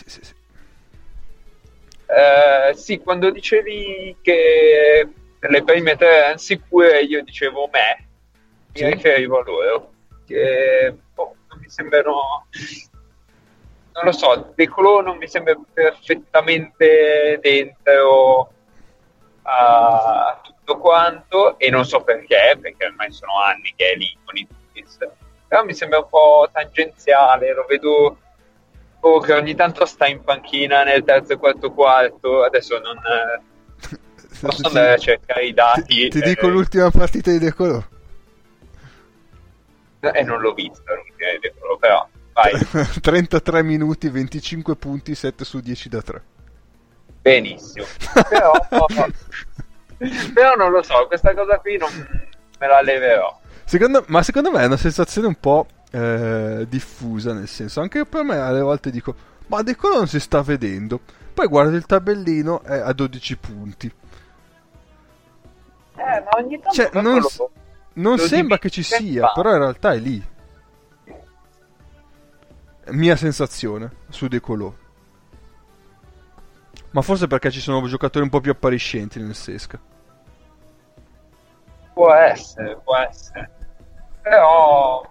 S2: Sì, quando dicevi che le prime 3 erano sicure, io dicevo mi riferivo a loro. Che non mi sembrano... non lo so, De Colo non mi sembra perfettamente dentro a tutto tutto quanto, e non so perché ormai sono anni che è lì con i Tudis, però mi sembra un po' tangenziale, lo vedo che ogni tanto sta in panchina nel terzo e quarto, adesso non posso andare a cercare i dati.
S1: Ti dico l'ultima partita di De Colò.
S2: E non l'ho vista l'ultima di De Colò, però vai.
S1: 33 minuti, 25 punti, 7 su 10 da 3.
S2: Benissimo, però non lo so, questa cosa qui non me la leverò.
S1: Secondo me è una sensazione un po' diffusa, nel senso, anche per me alle volte dico, ma De Colò non si sta vedendo, poi guardo il tabellino, è a 12 punti.
S2: Ma ogni tanto
S1: cioè, non sembra che ci sia, però in realtà è lì. Mia sensazione su De Colò. Ma forse perché ci sono giocatori un po' più appariscenti nel Sesca.
S2: Può essere. Però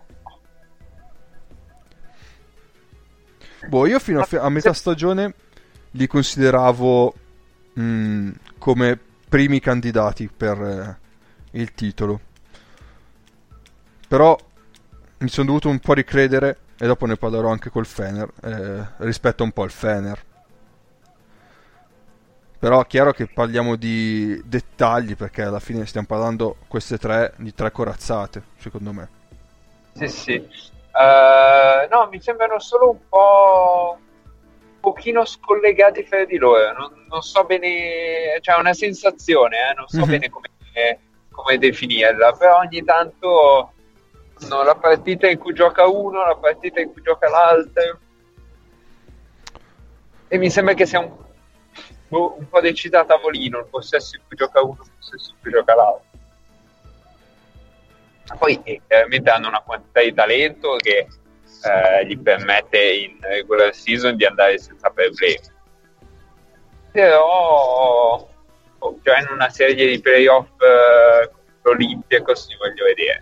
S1: io fino a metà stagione li consideravo come primi candidati per il titolo. Però mi sono dovuto un po' ricredere, e dopo ne parlerò anche col Fener, rispetto un po' al Fener. Però è chiaro che parliamo di dettagli, perché alla fine stiamo parlando di tre corazzate, secondo me.
S2: Sì. No, mi sembrano solo un pochino scollegati fra di loro. Non so bene, cioè una sensazione, non so bene come definirla, però ogni tanto la partita in cui gioca uno, la partita in cui gioca l'altro, e mi sembra che sia un po' deciso a tavolino, il possesso in cui gioca uno, il possesso in cui gioca l'altro. Poi chiaramente hanno una quantità di talento che gli permette in regular season di andare senza problemi, però già in una serie di playoff Olimpia così voglio vedere.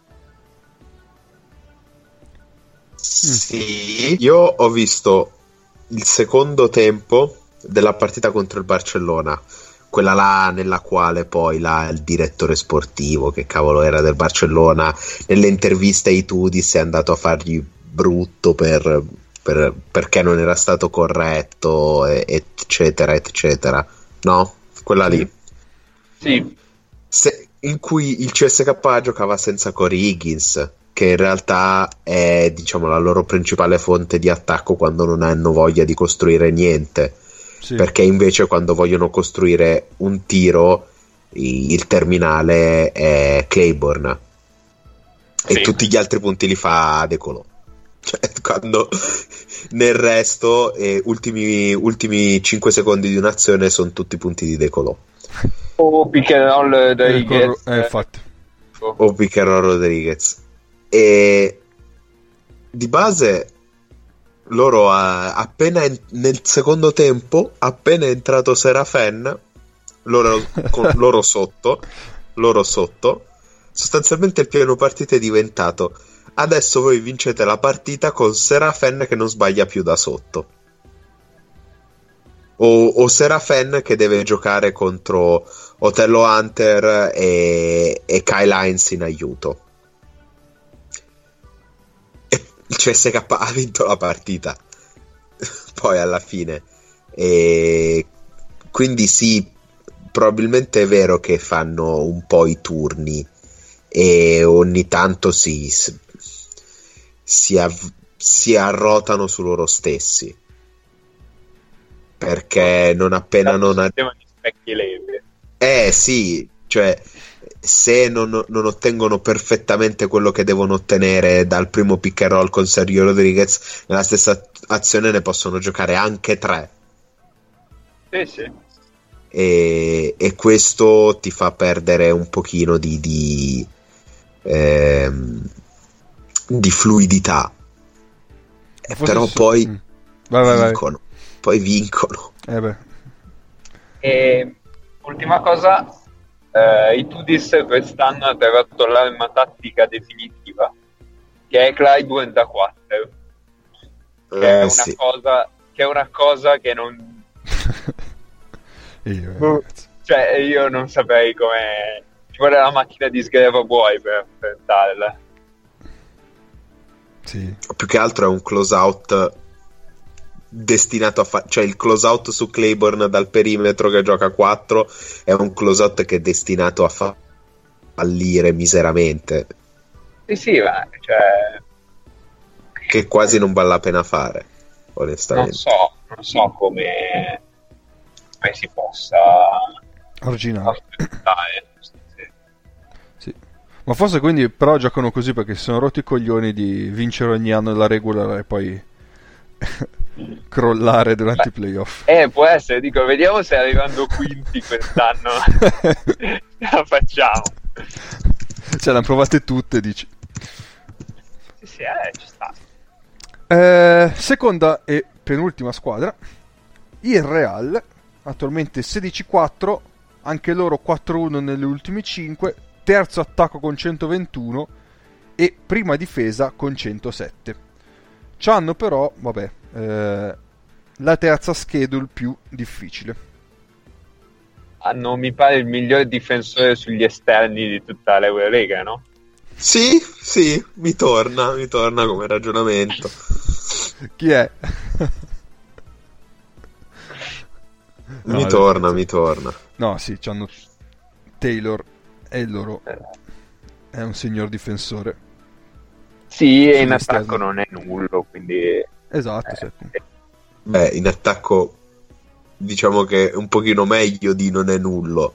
S3: Sì, io ho visto il secondo tempo della partita contro il Barcellona, quella là nella quale poi il direttore sportivo, che cavolo era del Barcellona, nelle interviste ai Tudis è andato a fargli brutto perché non era stato corretto, eccetera, no? Quella lì.
S2: Sì.
S3: In cui il CSK giocava senza Corey Higgins, che in realtà è, diciamo, la loro principale fonte di attacco quando non hanno voglia di costruire niente. Sì. Perché invece quando vogliono costruire un tiro il terminale è Claiborne, sì. E tutti gli altri punti li fa De Colò, cioè, quando nel resto ultimi 5 secondi di un'azione sono tutti punti di De Colò
S2: o pick and roll Rodriguez,
S1: infatti.
S3: O pick and roll Rodriguez, e di base loro appena nel secondo tempo, appena è entrato Serafen, loro sotto, sostanzialmente il piano partita è diventato: adesso voi vincete la partita con Serafen che non sbaglia più da sotto, o Serafen che deve giocare contro Otello Hunter e Kyle Hines in aiuto. Il CSK ha vinto la partita poi alla fine, e quindi sì, probabilmente è vero che fanno un po' i turni e ogni tanto si arrotano su loro stessi, perché non appena sì, cioè se non ottengono perfettamente quello che devono ottenere dal primo pick and roll con Sergio Rodriguez, nella stessa azione ne possono giocare anche 3.
S2: Sì.
S3: E questo ti fa perdere un pochino di fluidità. Però poi vincono. Poi vincono.
S2: E ultima cosa, i Tudis quest'anno hanno trovato l'arma tattica definitiva, che è Clyburn da 4, che è una cosa che non Cioè, io non saprei come... Ci vuole la macchina di sgreva buoi per affrontarla.
S1: Sì.
S3: Più che altro è un close out destinato a cioè il close out su Claiborne dal perimetro che gioca 4 è un close out che è destinato a fallire miseramente.
S2: Sì, ma cioè...
S3: Che quasi non vale la pena fare, onestamente.
S2: Non so come si possa
S1: arginare.
S2: Sì.
S1: Ma forse quindi però giocano così perché si sono rotti i coglioni di vincere ogni anno la regular e poi crollare durante i playoff.
S2: Può essere, dico, vediamo se arrivando quinti quest'anno la facciamo.
S1: Cioè l'hanno provate tutte, dici.
S2: Sì, ci sta.
S1: Seconda e penultima squadra, il Real, attualmente 16-4, anche loro 4-1 nelle ultime 5, terzo attacco con 121 e prima difesa con 107. C'hanno però, la terza schedule più difficile.
S2: Hanno, mi pare, il miglior difensore sugli esterni di tutta l'Eurolega, no?
S3: Sì, mi torna come ragionamento.
S1: Chi è?
S3: Mi torna.
S1: No, sì, c'hanno Taylor e il loro è un signor difensore.
S2: Sì, e in attacco non è nullo, quindi...
S1: Esatto, sì.
S3: Beh, in attacco diciamo che è un pochino meglio di non è nullo.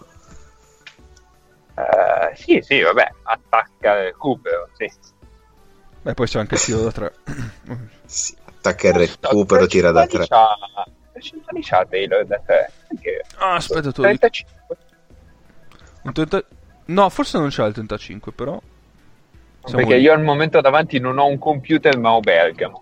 S2: Sì, vabbè, attacca e recupero, sì.
S1: Beh, poi c'è anche il tiro da 3.
S3: Sì, attacca e recupero, tira da 3.
S2: Percentuali c'ha Taylor da 3?
S1: Aspetta, tu
S2: 35.
S1: No, forse non c'ha il 35, però.
S2: Perché io al momento davanti non ho un computer, ma ho Bergamo.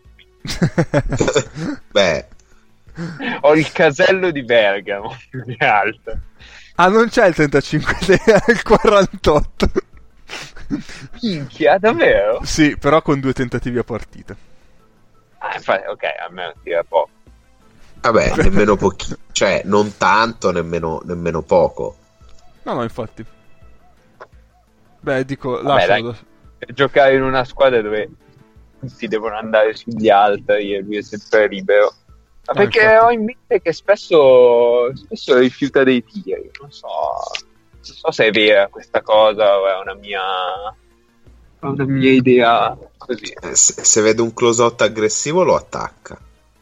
S3: Beh,
S2: ho il casello di Bergamo più che altro.
S1: Ah, non c'è il 35, è il 48.
S2: Minchia, davvero?
S1: Sì, però con 2 tentativi a partita.
S2: Infatti, ok, almeno tira poco.
S3: Vabbè, nemmeno pochi, cioè non tanto, nemmeno poco.
S1: No, infatti. Beh, dico, lascialo.
S2: Per giocare in una squadra dove si devono andare sugli altri e lui è sempre libero. Ma perché
S1: infatti.
S2: ho in mente che spesso rifiuta dei tiri, non so se è vera questa cosa o è una mia idea così.
S3: Se vede un close out aggressivo lo attacca.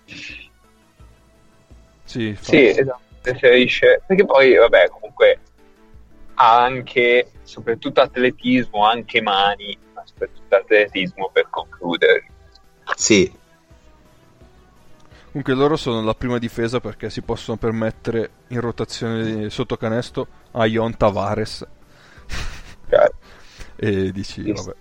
S2: Sì, esatto, preferisce, perché poi vabbè comunque ha anche, soprattutto atletismo, anche mani, ma soprattutto atletismo per concludere.
S3: Sì.
S1: Comunque loro sono la prima difesa perché si possono permettere in rotazione sotto canestro a Ion Tavares. E dici, vabbè.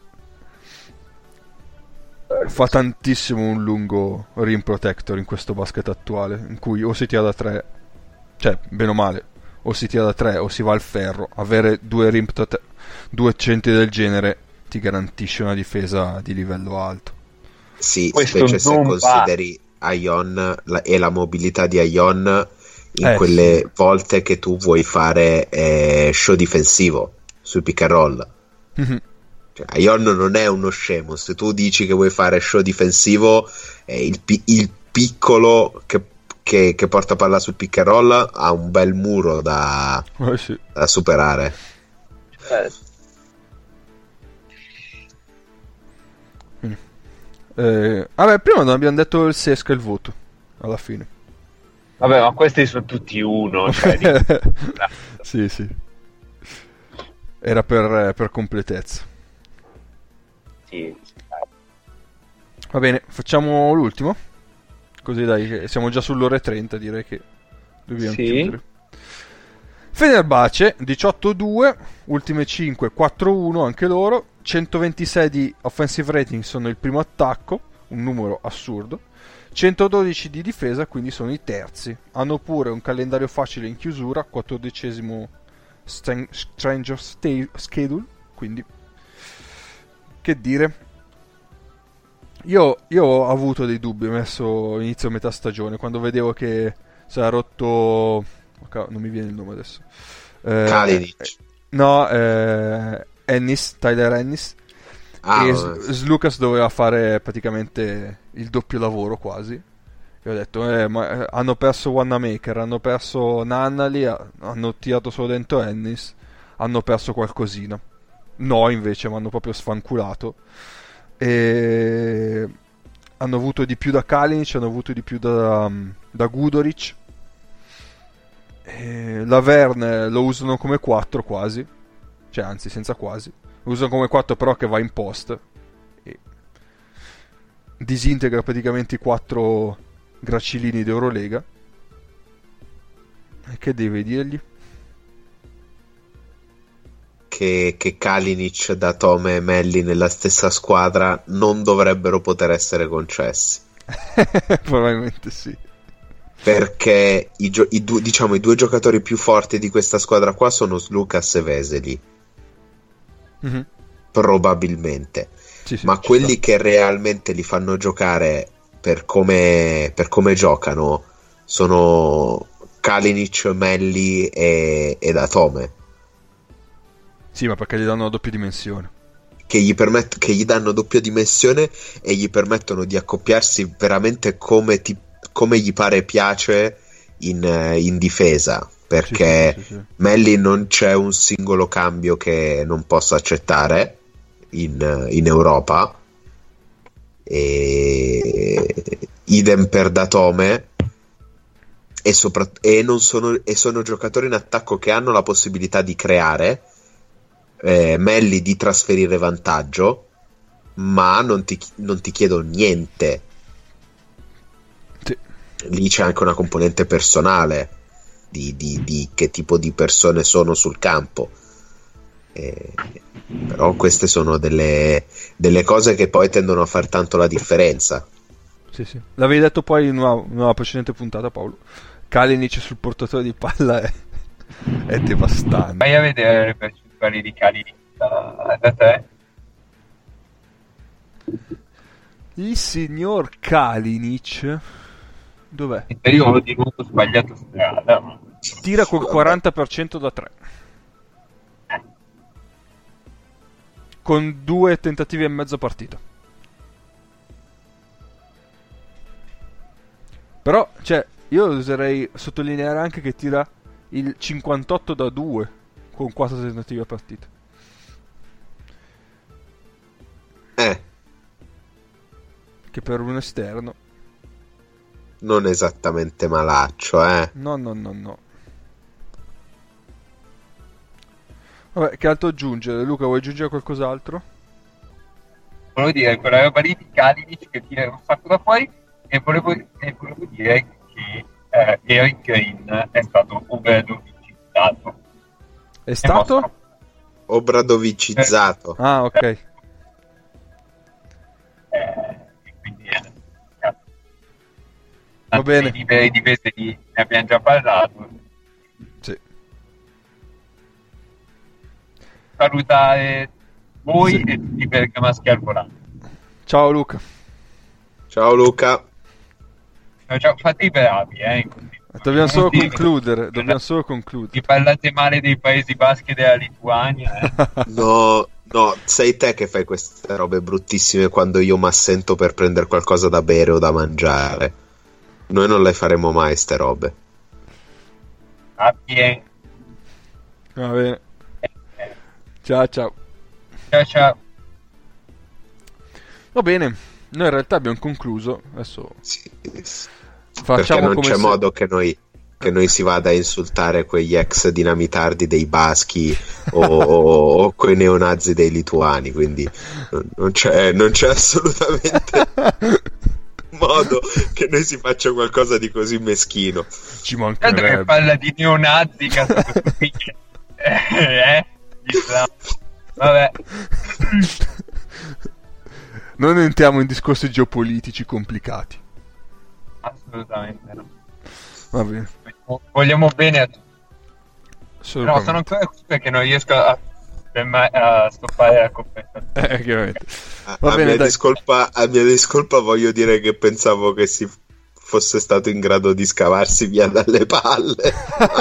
S1: Fa tantissimo un lungo rim protector in questo basket attuale, in cui o si tira da 3, cioè bene o male, o si tira da 3 o si va al ferro. Avere due centri del genere ti garantisce una difesa di livello alto.
S3: Sì, specie se consideri Ion e la mobilità di Ion in quelle volte che tu vuoi fare show difensivo sui pick and roll.
S1: Mm-hmm.
S3: Ion non è uno scemo. Se tu dici che vuoi fare show difensivo, il piccolo che porta palla sul pick and roll ha un bel muro da superare.
S1: Vabbè, prima non abbiamo detto il sesco e il voto alla fine.
S2: Vabbè, ma questi sono tutti uno, cioè
S1: sì. Era per completezza.
S2: Sì.
S1: Va bene, facciamo l'ultimo. Così dai, siamo già sull'ora e 30, direi che dobbiamo chiudere. Fenerbahce 18-2, ultime 5 4-1 anche loro, 126 di offensive rating, sono il primo attacco, un numero assurdo, 112 di difesa, quindi sono i terzi. Hanno pure un calendario facile in chiusura, 14esimo Stranger Schedule, quindi che dire. Io ho avuto dei dubbi verso inizio metà stagione, quando vedevo che si era rotto non mi viene il nome adesso.
S3: Kalinic.
S1: No, Ennis, Tyler Ennis. E Lucas doveva fare praticamente il doppio lavoro quasi. E ho detto, ma hanno perso Wanamaker, hanno perso Nannali, hanno tirato solo dentro Ennis, hanno perso qualcosina. No, invece mi hanno proprio sfanculato. E hanno avuto di più da Kalinic, hanno avuto di più da Guduric. La Verne lo usano come 4 quasi, cioè anzi senza quasi, lo usano come 4 però che va in post e disintegra praticamente i 4 gracilini d'Eurolega. E che devi dirgli?
S3: Che Kalinic, Datome e Melli nella stessa squadra non dovrebbero poter essere concessi.
S1: Probabilmente sì,
S3: perché i due giocatori più forti di questa squadra qua sono Lucas e Vesely.
S1: Mm-hmm.
S3: Probabilmente
S1: sì,
S3: ma quelli che realmente li fanno giocare per come giocano sono Kalinic, Melli e Datome.
S1: Sì, ma perché gli danno una doppia dimensione.
S3: Che gli danno doppia dimensione e gli permettono di accoppiarsi veramente come gli pare e piace in difesa. Perché
S1: sì.
S3: Melli non c'è un singolo cambio che non possa accettare in Europa. E idem per Datome. E sono giocatori in attacco che hanno la possibilità di creare. Melli di trasferire vantaggio, ma non ti chiedo niente.
S1: Sì.
S3: Lì c'è anche una componente personale di che tipo di persone sono sul campo. Però queste sono delle cose che poi tendono a far tanto la differenza.
S1: Sì. L'avevi detto poi in una precedente puntata, Paolo. Kalinic sul portatore di palla è devastante.
S2: Vai a vedere le percentuali di Kalinic da te.
S1: Il signor Kalinic dov'è?
S2: Io ho di nuovo sbagliato strada, ma...
S1: Tira col 40% da 3 con 2 tentativi e mezzo partita. Però, cioè, io oserei sottolineare anche che tira il 58 da 2 con 4 tentativi a partita. Che per un esterno
S3: non esattamente malaccio,
S1: No. Vabbè, che altro aggiungere? Luca, vuoi aggiungere qualcos'altro?
S2: Volevo dire quella roba lì di Kalinic che tira un sacco da fuori e volevo dire che Eric Green è stato obradovicizzato.
S1: È stato?
S3: Obradovicizzato.
S1: Ah, ok.
S2: Quindi
S1: va bene.
S2: Di Vesely ne abbiamo già parlato.
S1: Sì.
S2: Salutare voi e tutti i bergamaschi al volante.
S1: Ciao Luca.
S3: Ciao Luca.
S2: Ciao, fate i bravi,
S1: Dobbiamo solo concludere.
S2: Vi parlate male dei Paesi Baschi e della Lituania,
S3: No, sei te che fai queste robe bruttissime quando io mi assento per prendere qualcosa da bere o da mangiare. Noi non le faremo mai ste robe.
S2: Va bene.
S1: Ciao. Va bene, noi in realtà abbiamo concluso. Adesso
S3: sì.
S1: facciamo
S3: perché non c'è modo che noi si vada a insultare quegli ex dinamitardi dei baschi o quei neonazi dei lituani, quindi non c'è assolutamente modo che noi si faccia qualcosa di così meschino.
S1: Ci mancherebbe.
S2: Che parla di neonazi, cazzo, vabbè.
S1: Non entriamo in discorsi geopolitici complicati.
S2: Assolutamente no.
S1: Va bene.
S2: Vogliamo bene a tutti. No, sono ancora qui perché non riesco a stoppare la conversazione.
S1: Chiaramente.
S3: A mia discolpa voglio dire che pensavo che si fosse stato in grado di scavarsi via dalle palle.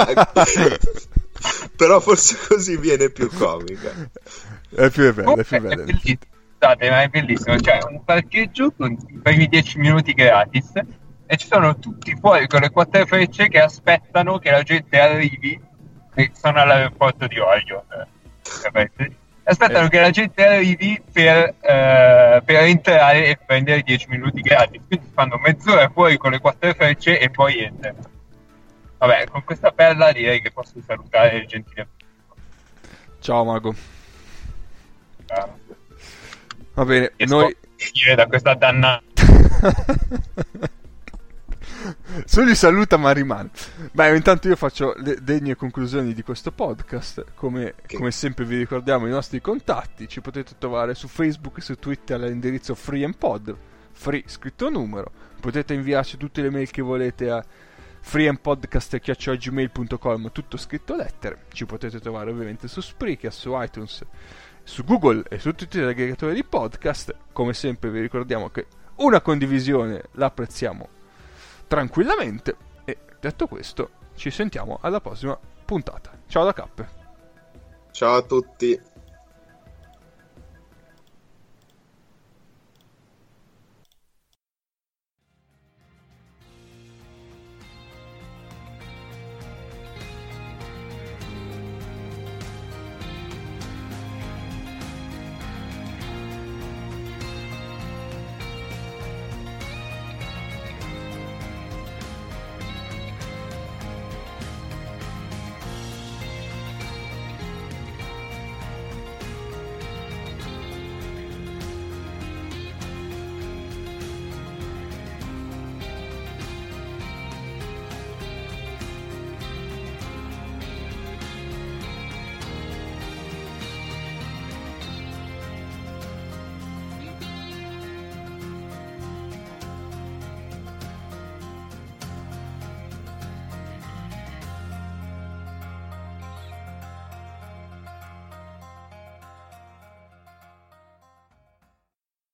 S3: Però forse così viene più comica.
S1: È più bella, è più bella.
S2: Scusate, ma è bellissimo. C'è un parcheggio con i primi 10 minuti gratis e ci sono tutti fuori con le 4 frecce che aspettano che la gente arrivi. E sono all'aeroporto di Orion. Aspettano che la gente arrivi per entrare e prendere 10 minuti gratis. Quindi fanno mezz'ora fuori con le 4 frecce e poi entrano. Vabbè, con questa perla direi che posso salutare il gentile.
S1: Ciao Mago. Va bene, noi
S2: da questa dannata.
S1: Soli saluta ma rimane. Beh, intanto io faccio le degne conclusioni di questo podcast. Come sempre vi ricordiamo i nostri contatti. Ci potete trovare su Facebook e su Twitter all'indirizzo FreeandPod, free scritto numero. Potete inviarci tutte le mail che volete a freeandpodcast@gmail.com, tutto scritto lettere. Ci potete trovare ovviamente su Spreaker, su iTunes, su Google e su tutti gli aggregatori di podcast. Come sempre vi ricordiamo che una condivisione la apprezziamo tranquillamente. E detto questo, ci sentiamo alla prossima puntata. Ciao da Cappe.
S3: Ciao a tutti.